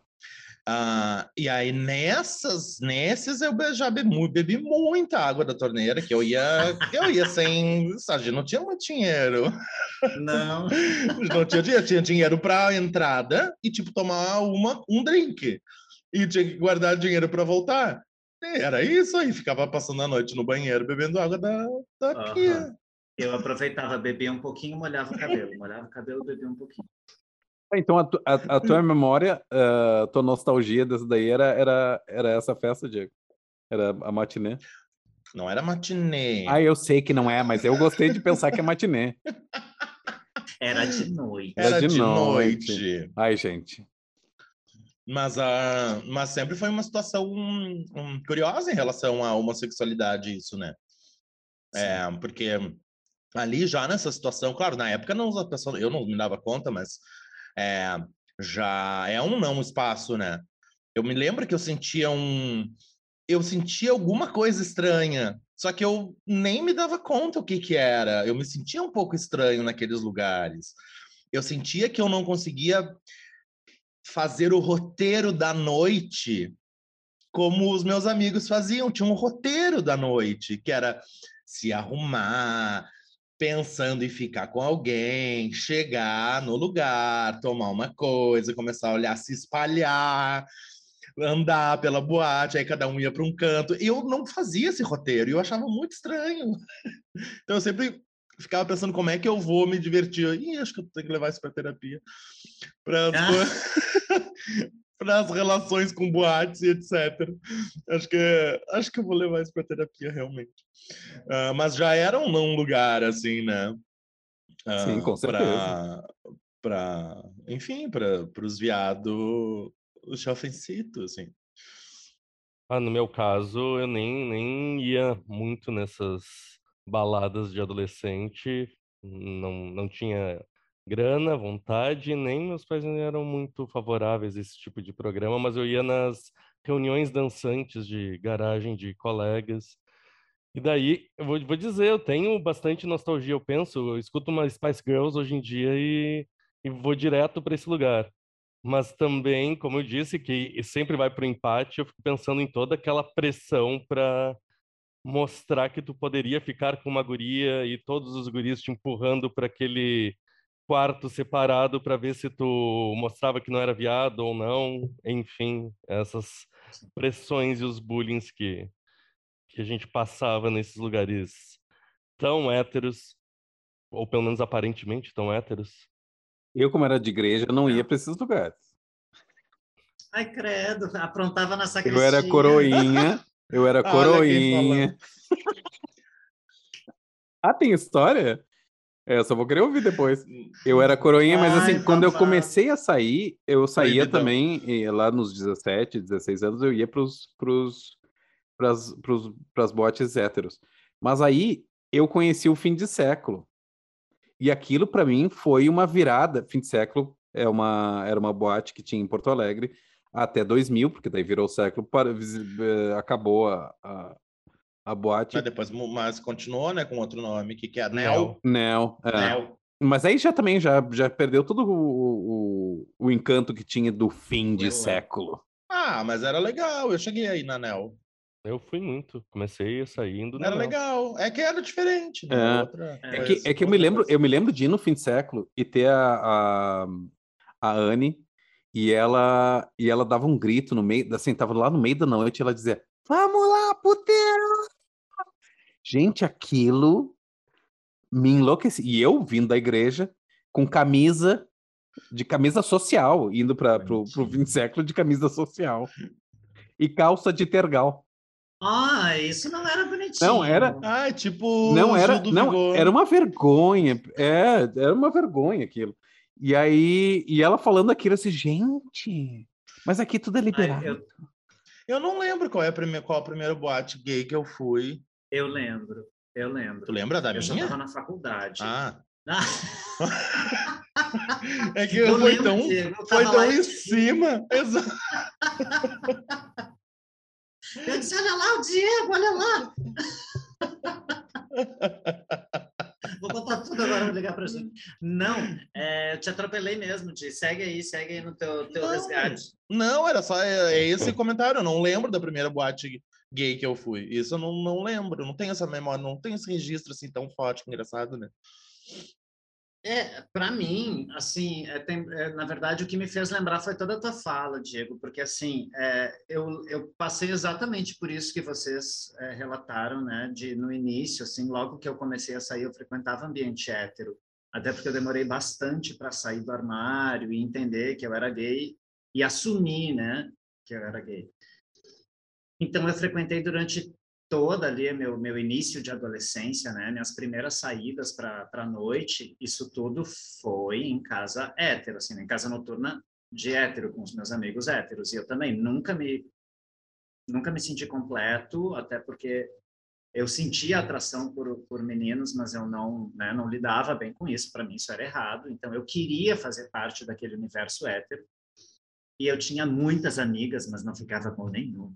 Ah, e aí nessas, nesses eu be- já bebi, bebi muita água da torneira, que eu ia, que eu ia sem, sabe, não tinha muito dinheiro, Não. não tinha dinheiro, tinha dinheiro para entrada e tipo tomar uma, um drink e tinha que guardar dinheiro para voltar. E era isso aí, ficava passando a noite no banheiro bebendo água da, da Aham. pia. Eu aproveitava, bebia um pouquinho, molhava o cabelo. Molhava o cabelo, bebia um pouquinho. Então, a, tu- a, a tua memória, a tua nostalgia dessa daí era, era, era essa festa, Diego? Era a matinê? Não era matinê. Ah, eu sei que não é, mas eu gostei de pensar que é matinê. Era de noite. Era de de noite. noite. Ai, gente. Mas, a, mas sempre foi uma situação hum, hum, curiosa em relação à homossexualidade, isso, né? É, porque ali já nessa situação, claro, na época não, a pessoa, eu não me dava conta, mas é, já é um não espaço, né? Eu me lembro que eu sentia um, eu sentia alguma coisa estranha, só que eu nem me dava conta o que que era. Eu me sentia um pouco estranho naqueles lugares. Eu sentia que eu não conseguia fazer o roteiro da noite como os meus amigos faziam. Tinha um roteiro da noite, que era se arrumar, pensando em ficar com alguém, chegar no lugar, tomar uma coisa, começar a olhar, se espalhar, andar pela boate, aí cada um ia para um canto. Eu não fazia esse roteiro, e eu achava muito estranho. Então eu sempre ficava pensando como é que eu vou me divertir. Ih, acho que eu tenho que levar isso para terapia. Para as para as relações com boates e etcétera. Acho que, acho que eu vou levar isso para terapia, realmente. Uh, mas já era um não lugar, assim, né? Uh, Sim, com certeza. Para, enfim, para os viados chafencito, assim. Ah, no meu caso, eu nem, nem ia muito nessas baladas de adolescente. Não, não tinha grana, vontade, nem meus pais não eram muito favoráveis a esse tipo de programa, mas eu ia nas reuniões dançantes de garagem de colegas. E daí, eu vou, vou dizer, eu tenho bastante nostalgia. Eu penso, eu escuto uma Spice Girls hoje em dia e, e vou direto para esse lugar. Mas também, como eu disse, que sempre vai para o empate, eu fico pensando em toda aquela pressão para mostrar que tu poderia ficar com uma guria e todos os guris te empurrando para aquele quarto separado para ver se tu mostrava que não era viado ou não. Enfim, essas pressões e os bullying que, que a gente passava nesses lugares tão héteros, ou pelo menos aparentemente tão héteros. Eu, como era de igreja, não ia Não. para esses lugares. Ai, credo, aprontava na sacristia. Eu era coroinha, eu era Olha quem coroinha. Ah, tem história? É, eu só vou querer ouvir depois. Eu era coroinha, mas assim, Ai, quando eu babado. comecei a sair, eu saía Proibidão. também, e lá nos dezessete, dezesseis anos, eu ia pros, pros, pras, pros, pras boates héteros. Mas aí, eu conheci o Fim de Século. E aquilo, pra mim, foi uma virada. Fim de Século é uma, era uma boate que tinha em Porto Alegre até dois mil, porque daí virou o século, para, eh, acabou a, a, a boate. Mas depois, mu- mas continuou, né, com outro nome, que, que é Nel. Nel, é. Nel. Mas aí já também já, já perdeu todo o, o, o encanto que tinha do fim de Ué, ué. século. Ah, mas era legal, eu cheguei aí na Nel. Eu fui muito. Comecei a sair indo na Era Nel. legal. É que era diferente, né? É. Outra É É coisa, que, é que eu me outra lembro, coisa. eu me lembro de ir no fim de século e ter a, a, a Anne e ela, e ela dava um grito no meio, assim, tava lá no meio da noite e ela dizia: "Vamos lá, puteiro!" Gente, aquilo me enlouquecia. E eu vindo da igreja com camisa, de camisa social, indo para pro, pro fim de século de camisa social. E calça de tergal. Ah, isso não era bonitinho. Não, era- Ah, tipo Não o era, Gil do não, Vigor. era uma vergonha. É, era uma vergonha aquilo. E aí, e ela falando aquilo assim, gente, mas aqui tudo é Ai, liberado. eu, Eu não lembro qual é a primeira, qual a primeira boate gay que eu fui. eu lembro, eu lembro. Tu lembra da Eu já minha? estava na faculdade. Ah, Ah, é que eu foi lembro, tão, Diego, eu foi tava tão lá em e- cima. Exato. eu disse, olha lá o Diego, olha lá. Vou botar tudo agora, vou ligar pra gente. Não, é, eu te atropelei mesmo, Di. Segue aí, segue aí no teu, teu Não. resgate. Não, era só é, é esse comentário. Eu não lembro da primeira boate gay que eu fui. Isso eu não, não lembro. Não tenho essa memória, não tenho esse registro assim tão forte. Que engraçado, né? É, para mim, assim, é, tem, é, na verdade, o que me fez lembrar foi toda a tua fala, Diego, porque, assim, é, eu, eu passei exatamente por isso que vocês é, relataram, né, de, no início, assim, logo que eu comecei a sair, eu frequentava ambiente hétero, até porque eu demorei bastante para sair do armário e entender que eu era gay e assumir, né, que eu era gay. Então, eu frequentei durante toda ali meu meu início de adolescência, né, minhas primeiras saídas para para noite, isso tudo foi em casa hétero, assim, em casa noturna de hétero com os meus amigos héteros. E eu também nunca me nunca me senti completo, até porque eu sentia atração por por meninos, mas eu não, né, não lidava bem com isso, para mim isso era errado. Então eu queria fazer parte daquele universo hétero. E eu tinha muitas amigas, mas não ficava com nenhuma.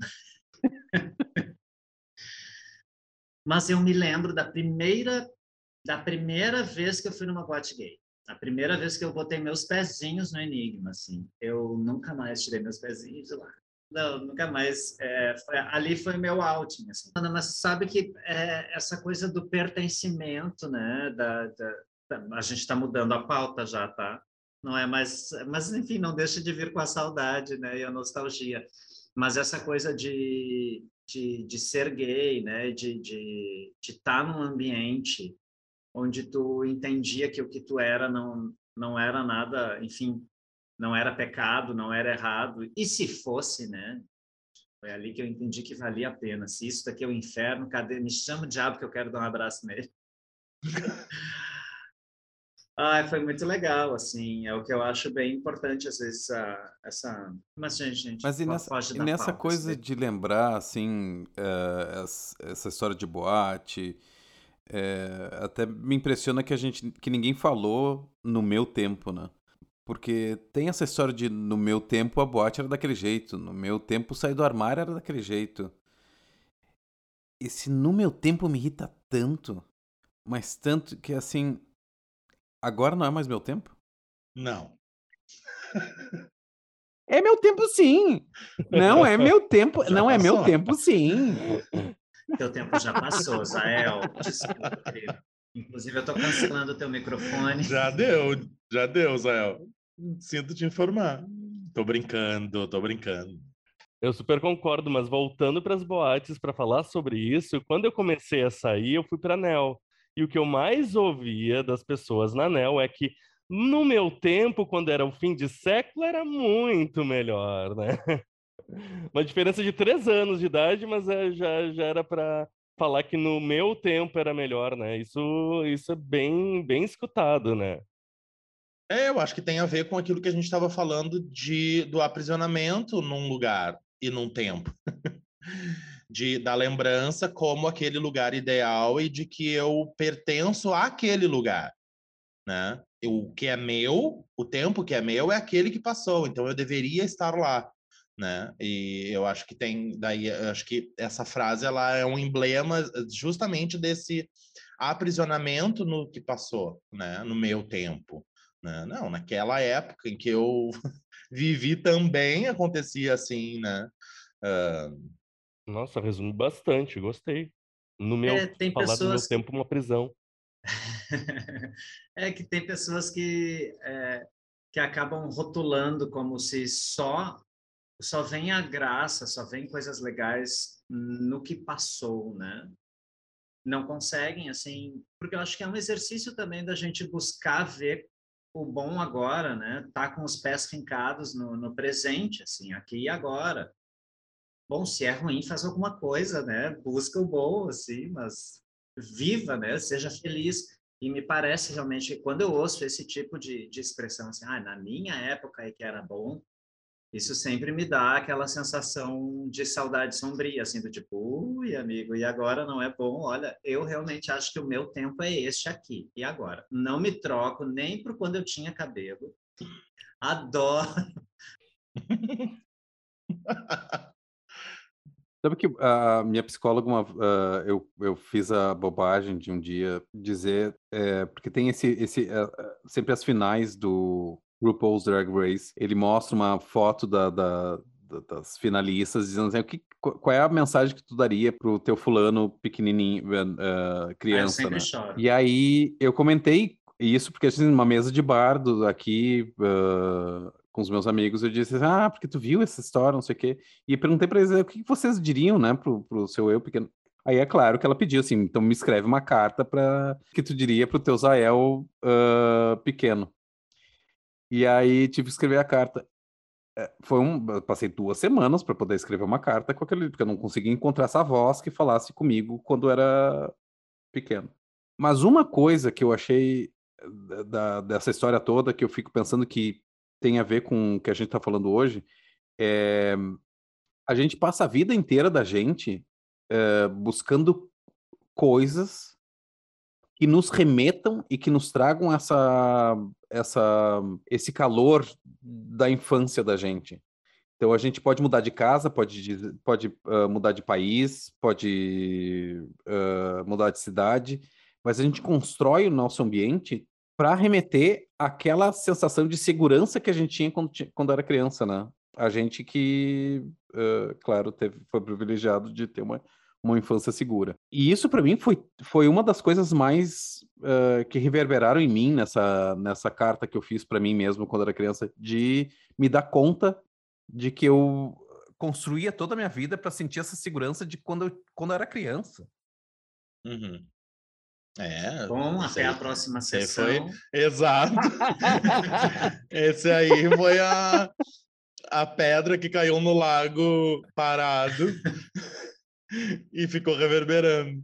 Mas eu me lembro da primeira, da primeira vez que eu fui numa boate gay. A primeira vez que eu botei meus pezinhos no Enigma, assim. Eu nunca mais tirei meus pezinhos de lá. Não, nunca mais. É, foi, ali foi meu outing, assim. Mas sabe que é, essa coisa do pertencimento, né? Da, da, da, a gente está mudando a pauta já, tá? Não é mais... Mas, enfim, não deixa de vir com a saudade, né? E a nostalgia. Mas essa coisa de... De, de ser gay, né? De de de estar num ambiente onde tu entendia que o que tu era não não era nada, enfim, não era pecado, não era errado. E se fosse, né? Foi ali que eu entendi que valia a pena. Se isso daqui é o inferno, cadê? Me chama o diabo que eu quero dar um abraço nele. Ah, foi muito legal, assim, é o que eu acho bem importante, às vezes, a, essa... Mas, gente, gente, Mas e fo- nessa, foge e da nessa pauta, coisa isso daí. de lembrar, assim, eh, essa, essa história de boate, eh, até me impressiona que a gente, que ninguém falou no meu tempo, né? Porque tem essa história de no meu tempo a boate era daquele jeito, no meu tempo sair do armário era daquele jeito. Esse no meu tempo me irrita tanto, mas tanto que assim, agora não é mais meu tempo? Não. É meu tempo, sim. Não é meu tempo. Já não é meu passou. tempo, sim. Teu tempo já passou, Zael. Desculpa, querido. Inclusive, eu tô cancelando o teu microfone. Já deu, já deu, Zael. Sinto te informar. Tô brincando, tô brincando. Eu super concordo, mas voltando para as boates para falar sobre isso, quando eu comecei a sair, eu fui para Nel. E o que eu mais ouvia das pessoas na Nel é que no meu tempo, quando era o fim de século, era muito melhor, né? Uma diferença de três anos de idade, mas é, já, já era para falar que no meu tempo era melhor, né? Isso, isso é bem, bem escutado, né? É, eu acho que tem a ver com aquilo que a gente estava falando de, do aprisionamento num lugar e num tempo. De, da lembrança como aquele lugar ideal e de que eu pertenço àquele lugar, né? O que é meu, o tempo que é meu é aquele que passou, então eu deveria estar lá, né? E eu acho que tem, daí eu acho que essa frase ela é um emblema justamente desse aprisionamento no que passou, né? No meu tempo, né? Não, naquela época em que eu vivi também acontecia assim, né? Uh, Nossa, resume bastante, gostei. No meu, É, tem falar do meu pessoas que... tempo, uma prisão. É que tem pessoas que, é, que acabam rotulando como se só só vem a graça, só vem coisas legais no que passou, né? Não conseguem, assim, porque eu acho que é um exercício também da gente buscar ver o bom agora, né? Tá com os pés fincados no, no presente, assim, aqui e agora. Bom, se é ruim, faz alguma coisa, né? Busca o bom, assim, mas viva, né? Seja feliz. E me parece realmente que quando eu ouço esse tipo de, de expressão, assim, ah, na minha época é que era bom, isso sempre me dá aquela sensação de saudade sombria, assim, do tipo, ui, amigo, e agora não é bom? Olha, eu realmente acho que o meu tempo é este aqui, e agora? Não me troco nem por quando eu tinha cabelo. Adoro. Sabe que a minha psicóloga, uma, ah, eu, eu fiz a bobagem de um dia dizer, é, porque tem esse, esse ah, ah, sempre as finais do RuPaul's Drag Race, ele mostra uma foto da, da- da- das finalistas dizendo assim, o que, qu- qual é a mensagem que tu daria pro teu fulano pequenininho, ah, Aí eu criança, sempre né? choro. E aí eu comentei isso porque assim, numa mesa de bar do, aqui, ah, com os meus amigos, eu disse, ah, porque tu viu essa história, não sei o quê. E perguntei para eles o que vocês diriam, né, pro, pro seu eu pequeno. Aí é claro que ela pediu assim, então me escreve uma carta para que tu diria pro teu Zael ah, pequeno. E aí tive que escrever a carta. É, Foi um, eu passei duas semanas para poder escrever uma carta com aquele, porque eu não conseguia encontrar essa voz que falasse comigo quando eu era pequeno. Mas uma coisa que eu achei eh, da, dessa história toda, que eu fico pensando que tem a ver com o que a gente está falando hoje, é a gente passa a vida inteira da gente eh, buscando coisas que nos remetam e que nos tragam essa, essa, esse calor da infância da gente. Então a gente pode mudar de casa, pode, diz- pode ah, mudar de país, pode ah, mudar de cidade, mas a gente constrói o nosso ambiente para remeter àquela sensação de segurança que a gente tinha quando, ti- quando era criança, né? A gente que, ah, claro, teve, foi privilegiado de ter uma, uma infância segura. E isso para mim foi, foi uma das coisas mais ah, que reverberaram em mim nessa, nessa carta que eu fiz para mim mesmo quando era criança, de me dar conta de que eu construía toda a minha vida para sentir essa segurança de quando eu, quando eu era criança. uhum. É, Bom, esse até a aí, próxima esse aí foi sessão. exato. Esse aí foi a, a pedra que caiu no lago parado e ficou reverberando.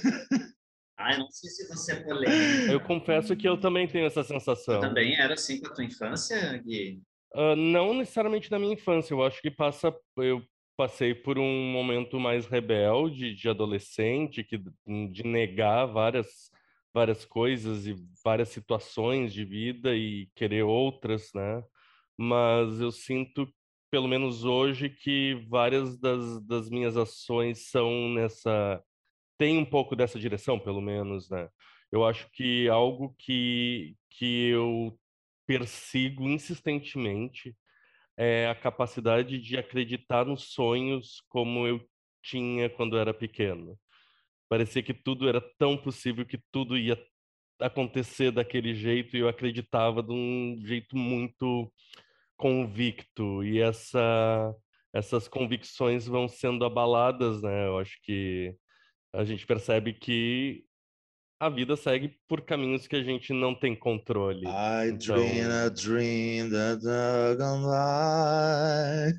Ai, não sei se você é polêmica. Eu confesso que eu também tenho essa Tu sensação. também era assim com a tua infância, Gui? Ah, não necessariamente na minha infância, eu acho que passa, eu passei por um momento mais rebelde de adolescente, que de negar várias várias coisas e várias situações de vida e querer outras, né? Mas eu sinto, pelo menos hoje, que várias das, das minhas ações são nessa tem um pouco dessa direção, pelo menos, né? Eu acho que algo que que eu persigo insistentemente é a capacidade de acreditar nos sonhos como eu tinha quando era pequeno. Parecia que tudo era tão possível, que tudo ia acontecer daquele jeito e eu acreditava de um jeito muito convicto. E essa, essas convicções vão sendo abaladas, né? Eu acho que a gente percebe que a vida segue por caminhos que a gente não tem controle. I Então, dream a dream that I can lie.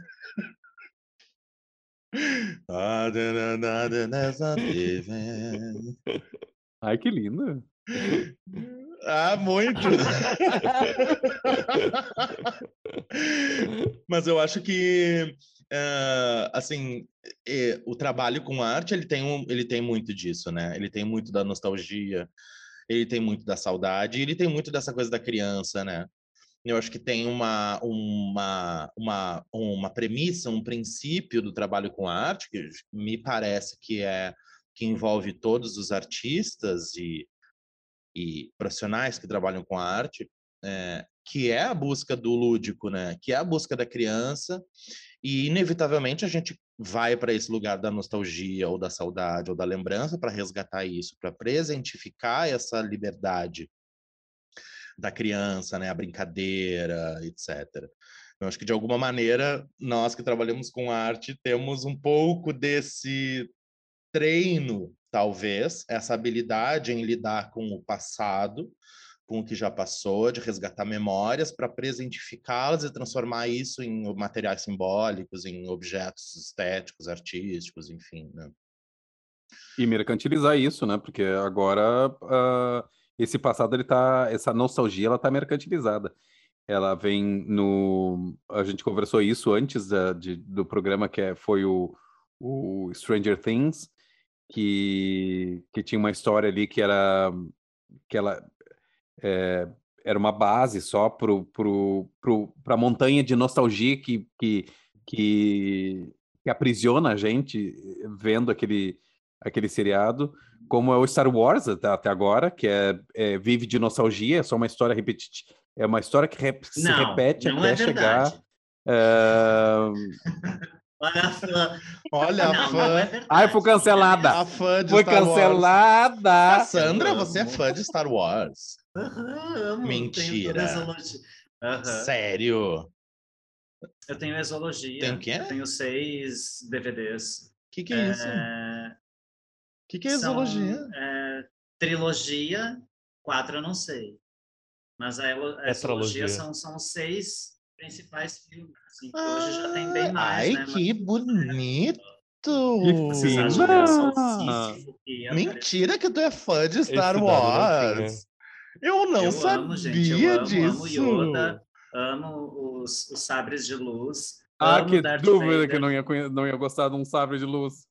Ah, da, da, da, da, nessa living. Ai, que lindo. Ah, muito! Mas eu acho que, eh, assim, eh, o trabalho com arte, ele tem, um, ele tem muito disso, né? Ele tem muito da nostalgia, ele tem muito da saudade, e ele tem muito dessa coisa da criança, né? Eu acho que tem uma, uma, uma, uma premissa, um princípio do trabalho com arte, que me parece que é que envolve todos os artistas e, e profissionais que trabalham com a arte, é, que é a busca do lúdico, né? Que é a busca da criança, e inevitavelmente a gente vai para esse lugar da nostalgia ou da saudade ou da lembrança para resgatar isso, para presentificar essa liberdade da criança, né, a brincadeira, etcétera. Eu acho que de alguma maneira nós que trabalhamos com arte temos um pouco desse treino, talvez, essa habilidade em lidar com o passado, com o que já passou, de resgatar memórias para presentificá-las e transformar isso em materiais simbólicos, em objetos estéticos, artísticos, enfim, né? E mercantilizar isso, né? Porque agora uh, esse passado, ele tá, essa nostalgia, ela tá mercantilizada. Ela vem no... A gente conversou isso antes da, de, do programa, que é, foi o, o Stranger Things, que, que tinha uma história ali que era... Que ela, é, era uma base só pro, pro, pro, pra montanha de nostalgia que, que, que, que aprisiona a gente vendo aquele, aquele seriado, como é o Star Wars até, até agora, que é, é vive de nostalgia, é só uma história repetitiva, é uma história que rep, se Não, repete não até é chegar. verdade. Uh... Olha a fã. Olha a Não, fã. não é verdade. Ai, foi cancelada. A fã de Foi Star Wars. cancelada. Cassandra, Eu você é amo. fã de Star Wars? Aham, amo. Mentira. Tenho exologia. Aham. Sério? Eu tenho exologia. Tem o quê? Eu tenho seis D V Ds. O que, que é, isso? É... O que, que é São exologia? é, trilogia, quatro eu não sei. Mas a, elo- a exologia Tetralogia. são, são os seis principais filmes. Assim, que Ah, hoje já tem bem mais, ai, né? que bonito! Que Vocês acham que eu sou o fina. Sísifo que ia Mentira que tu é fã de Star Esse dado não tinha. Wars! Eu não Eu sabia amo, gente, eu amo, amo disso! Yoda, amo os, os sabres de luz, Ah, amo que Darth dúvida Vader. que não ia, conhe- não ia gostar de um sabre de luz.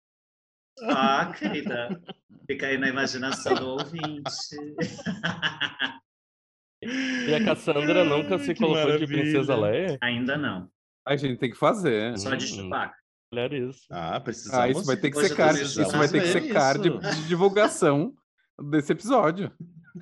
Ah, querida, fica aí na imaginação do ouvinte. E a Cassandra nunca se Que colocou de maravilha. Princesa Leia? Ainda não, A gente tem que fazer. só de Hum. Chewbacca. Olha isso. Ah, Ah, precisamos. isso vai ter que Hoje ser eu tô card. precisando Isso vai ter que ver ser card isso. de divulgação desse episódio.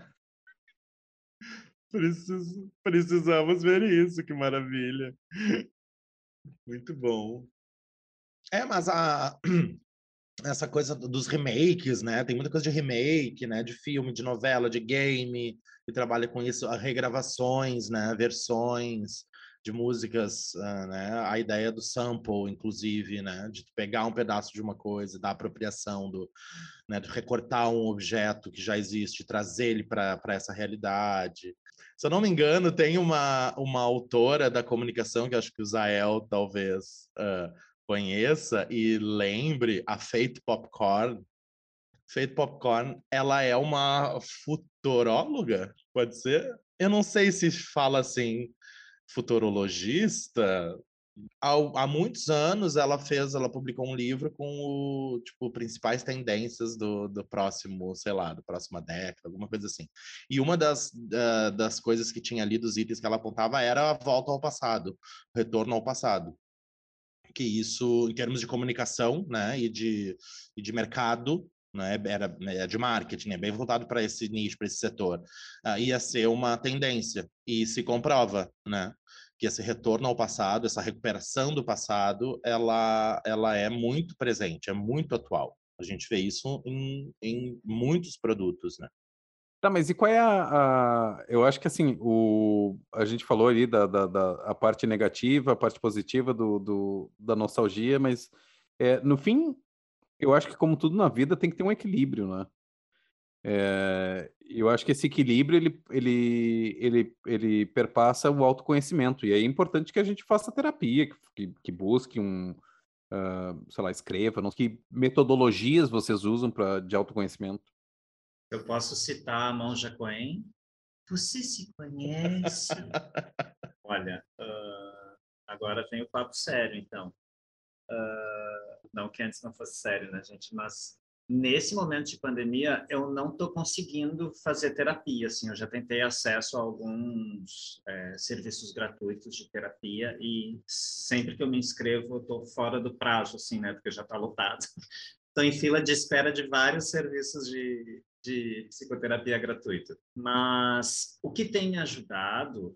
Precis- Precisamos ver isso, que maravilha. Muito bom. É, mas a essa coisa dos remakes, né? Tem muita coisa de remake, né? De filme, de novela, de game, que trabalha com isso, a regravações, né? Versões de músicas, ah, né? A ideia do sample, inclusive, né? De tu pegar um pedaço de uma coisa, da apropriação do, né? De recortar um objeto que já existe, trazer ele para para essa realidade. Se eu não me engano, tem uma, uma autora da comunicação que acho que o Zael talvez ah, conheça e lembre, a Faith Popcorn. Faith Popcorn, ela é uma futuróloga, pode ser? Eu não sei se fala assim, futurologista. Há, há muitos anos ela fez, ela publicou um livro com o, tipo, principais tendências do, do próximo, sei lá, do próxima década, alguma coisa assim. E uma das, uh, das coisas que tinha ali, dos itens que ela apontava, era a volta ao passado, o retorno ao passado. Que isso, em termos de comunicação, né, e de, e de mercado, né, era, é de marketing, é bem voltado para esse nicho, para esse setor, uh, ia ser uma tendência, e se comprova, né, que esse retorno ao passado, essa recuperação do passado, ela, ela é muito presente, é muito atual. A gente vê isso em, em muitos produtos, né? Tá, mas e qual é a, a- eu acho que assim, o, a gente falou ali da, da, da- a parte negativa, a parte positiva do, do- da nostalgia, mas é, no fim, eu acho que como tudo na vida tem que ter um equilíbrio, né? É, eu acho que esse equilíbrio, ele, ele, ele, ele perpassa o autoconhecimento, e aí é importante que a gente faça terapia, que, que, que busque um, ah, sei lá, escreva, não sei que metodologias vocês usam para de autoconhecimento. Eu posso citar a Monja Coen. Você se conhece? Olha, ah, agora vem o papo sério, então. Ah, não que antes não fosse sério, né, gente? Mas nesse momento de pandemia, eu não estou conseguindo fazer terapia. Assim, eu já tentei acesso a alguns é, serviços gratuitos de terapia e sempre que eu me inscrevo, eu estou fora do prazo, assim, né? Porque já está lotado. Estou em fila de espera de vários serviços de, de psicoterapia gratuita. Mas o que tem me ajudado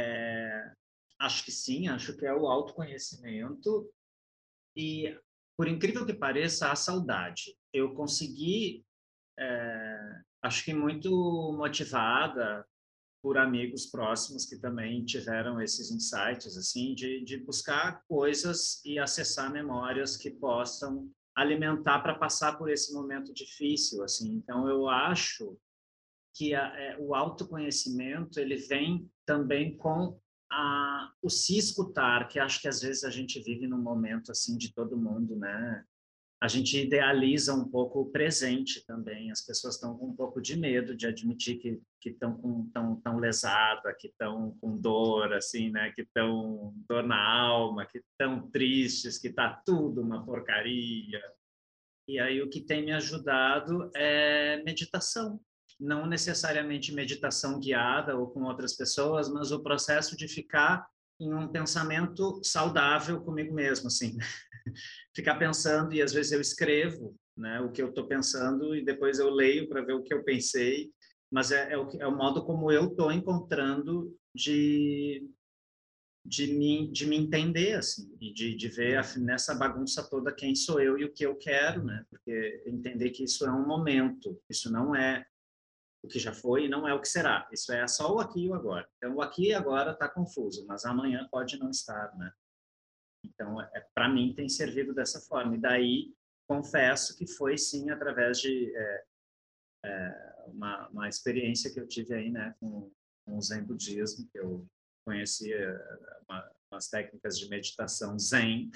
é, acho que sim, acho que é o autoconhecimento e, por incrível que pareça, a saudade. Eu consegui, é, acho que muito motivada por amigos próximos que também tiveram esses insights, assim, de, de buscar coisas e acessar memórias que possam alimentar para passar por esse momento difícil, assim. Então, eu acho que a, é, o autoconhecimento ele vem também com a, o se escutar, que acho que às vezes a gente vive num momento assim de todo mundo, né? A gente idealiza um pouco o presente também. As pessoas estão com um pouco de medo de admitir que que estão com tão tão lesada, que estão com dor, assim, né? Que estão dor na alma, que estão tristes, que tá tudo uma porcaria. E aí o que tem me ajudado é meditação. Não necessariamente meditação guiada ou com outras pessoas, mas o processo de ficar em um pensamento saudável comigo mesmo, assim. Ficar pensando e às vezes eu escrevo, né, o que eu estou pensando e depois eu leio para ver o que eu pensei, mas é, é, o, é o modo como eu estou encontrando de de me, de me entender, assim, e de, de ver nessa bagunça toda quem sou eu e o que eu quero, né? Porque entender que isso é um momento, isso não é o que já foi e não é o que será. Isso é só o aqui e o agora. Então, o aqui e agora está confuso, mas amanhã pode não estar, né? Então, é, para mim, tem servido dessa forma. E daí, confesso que foi, sim, através de é, é, uma, uma experiência que eu tive aí, né, com, com o Zen Budismo, que eu conheci uma, umas técnicas de meditação Zen,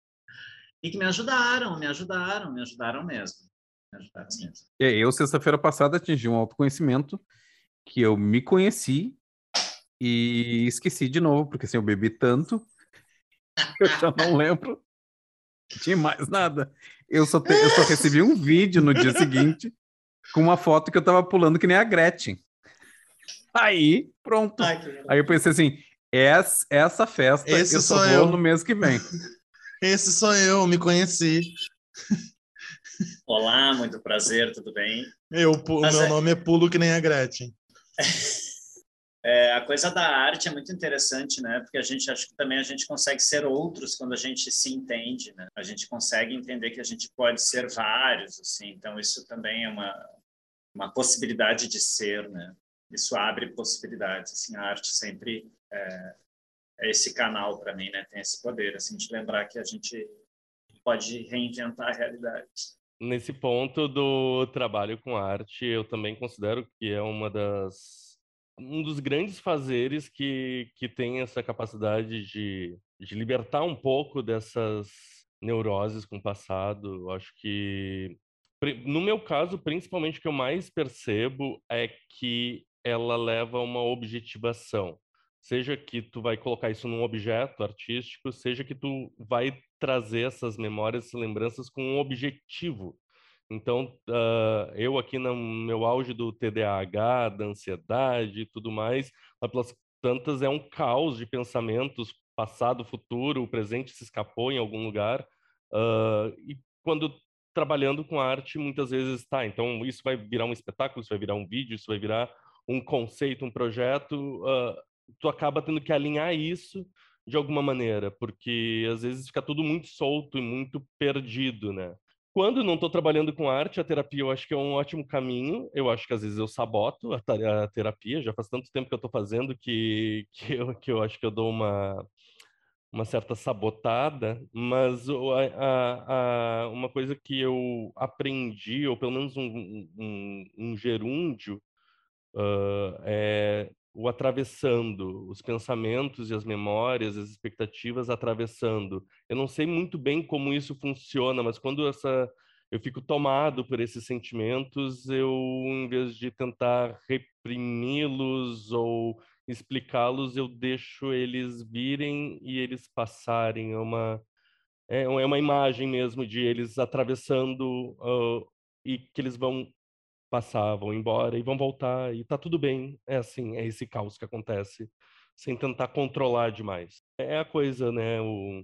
e que me ajudaram, me ajudaram, me ajudaram mesmo. Me ajudaram mesmo. É, eu, sexta-feira passada, atingi um autoconhecimento que eu me conheci e esqueci de novo, porque assim, eu bebi tanto, eu já não lembro de mais nada. Eu só, te, eu só recebi um vídeo no dia seguinte com uma foto que eu tava pulando que nem a Gretchen. Aí, pronto. Ai, Aí eu pensei assim, essa, essa festa Esse eu só sou vou eu. no mês que vem. Esse sou eu, me conheci. Olá, muito prazer, tudo bem? Eu, o Mas meu é- nome é Pulo que nem a Gretchen. É, a coisa da arte é muito interessante, né? Porque a gente acho que também a gente consegue ser outros quando a gente se entende, né? A gente consegue entender que a gente pode ser vários, assim. Então isso também é uma uma possibilidade de ser, né? Isso abre possibilidades. Assim, a arte sempre é, é esse canal para mim, né? Tem esse poder, assim, de lembrar que a gente pode reinventar a realidade. Nesse ponto do trabalho com arte, eu também considero que é uma das um dos grandes fazeres que que tem essa capacidade de de libertar um pouco dessas neuroses com o passado. Eu acho que pri- no meu caso, principalmente o que eu mais percebo é que ela leva a uma objetivação. Seja que tu vai colocar isso num objeto artístico, seja que tu vai trazer essas memórias, essas lembranças com um objetivo. Então, ah, eu aqui no meu auge do T D A H, da ansiedade e tudo mais, lá pelas tantas é um caos de pensamentos, passado, futuro, o presente se escapou em algum lugar. ah, e quando trabalhando com arte, muitas vezes, tá, então isso vai virar um espetáculo, isso vai virar um vídeo, isso vai virar um conceito, um projeto, ah, tu acaba tendo que alinhar isso de alguma maneira, porque às vezes fica tudo muito solto e muito perdido, né? Quando não estou trabalhando com arte, a terapia eu acho que é um ótimo caminho. Eu acho que às vezes eu saboto a, a terapia. Já faz tanto tempo que eu estou fazendo que, que, eu, que eu acho que eu dou uma, uma certa sabotada. Mas o- a, a, a- uma coisa que eu aprendi, ou pelo menos um, um, um gerúndio, ah, é o atravessando, os pensamentos e as memórias, as expectativas atravessando. Eu não sei muito bem como isso funciona, mas quando essa eu fico tomado por esses sentimentos, eu, em vez de tentar reprimi-los ou explicá-los, eu deixo eles virem e eles passarem. É uma, é é uma imagem mesmo de eles atravessando, ah, e que eles vão passar, vão embora e vão voltar e tá tudo bem. É assim, é esse caos que acontece, sem tentar controlar demais. É a coisa, né? O,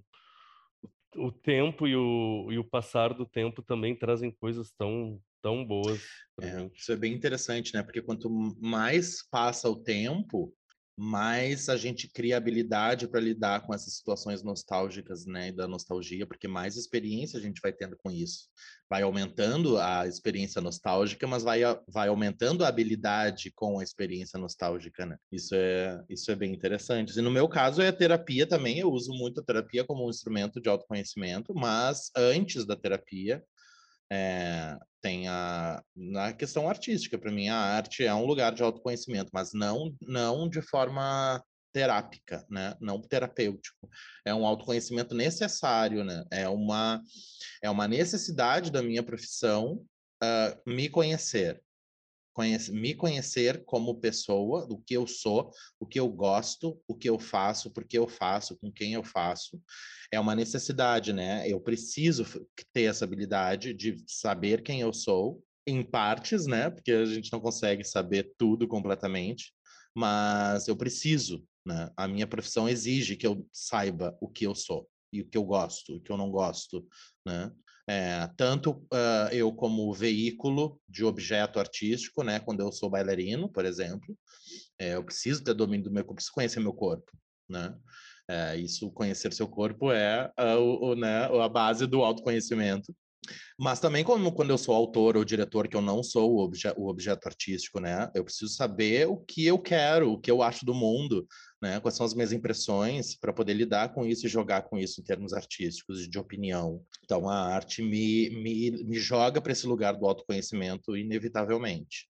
o tempo e o, e o passar do tempo também trazem coisas tão, tão boas pra É, gente. isso é bem interessante, né? Porque quanto mais passa o tempo, mais a gente cria habilidade para lidar com essas situações nostálgicas, né? E da nostalgia, porque mais experiência a gente vai tendo com isso. Vai aumentando a experiência nostálgica, mas vai, a- vai aumentando a habilidade com a experiência nostálgica, né? Isso é, isso é bem interessante. E no meu caso é a terapia também. Eu uso muito a terapia como um instrumento de autoconhecimento, mas antes da terapia, é, tem a na questão artística. Para mim, a arte é um lugar de autoconhecimento, mas não não de forma terápica, né? Não terapêutico. É um autoconhecimento necessário, né? É uma é uma necessidade da minha profissão, ah, me conhecer. Conhece, me conhecer como pessoa, do que eu sou, o que eu gosto, o que eu faço, por que eu faço, com quem eu faço. É uma necessidade, né? Eu preciso f- ter essa habilidade de saber quem eu sou, em partes, né? Porque a gente não consegue saber tudo completamente, mas eu preciso, né? A minha profissão exige que eu saiba o que eu sou e o que eu gosto, o que eu não gosto, né? É, tanto ah, eu como veículo de objeto artístico, né? Quando eu sou bailarino, por exemplo, é, eu preciso ter domínio do meu corpo, preciso conhecer meu corpo, né? É, isso, conhecer seu corpo é ah, o, o, né, a base do autoconhecimento. Mas também como quando eu sou autor ou diretor, que eu não sou o, obje o objeto artístico, né? Eu preciso saber o que eu quero, o que eu acho do mundo, né? Quais são as minhas impressões para poder lidar com isso e jogar com isso em termos artísticos e de opinião. Então a arte me, me, me joga para esse lugar do autoconhecimento inevitavelmente.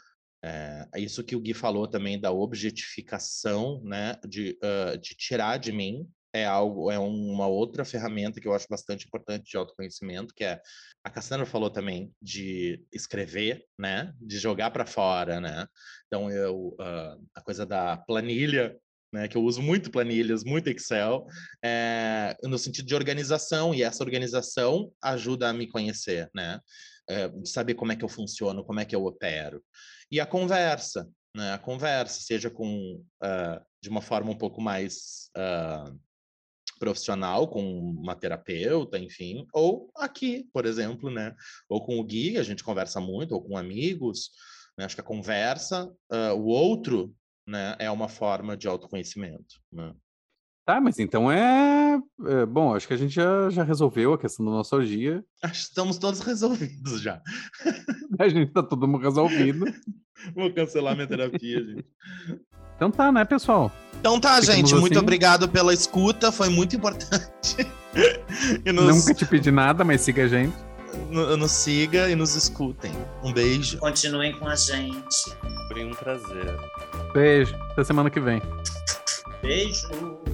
É isso que o Gui falou também da objetificação, né, de, uh, de tirar de mim, é algo, é uma outra ferramenta que eu acho bastante importante de autoconhecimento, que é, a Cassandra falou também de escrever, né, de jogar para fora, né. Então eu, uh, a coisa da planilha, né, que eu uso muito planilhas, muito Excel, é, no sentido de organização, e essa organização ajuda a me conhecer, né, é, de saber como é que eu funciono, como é que eu opero. E a conversa, né? A conversa, seja com uh, de uma forma um pouco mais uh, profissional, com uma terapeuta, enfim, ou aqui, por exemplo, né? Ou com o Gui, a gente conversa muito, ou com amigos, né? Acho que a conversa, uh, o outro, né, é uma forma de autoconhecimento, né? Tá, mas então é, é bom, acho que a gente já, já resolveu a questão da nostalgia. Acho que estamos todos resolvidos já. A gente tá todo mundo resolvido. Vou cancelar minha terapia, gente. Então tá, né, pessoal? Então tá, Ficamos gente. Muito assim. obrigado pela escuta. Foi muito importante. E nos, Nunca te pedi nada, mas siga a gente. no- nos siga e nos escutem. Um beijo. Continuem com a gente. Foi um prazer. Beijo, até semana que vem. Beijo.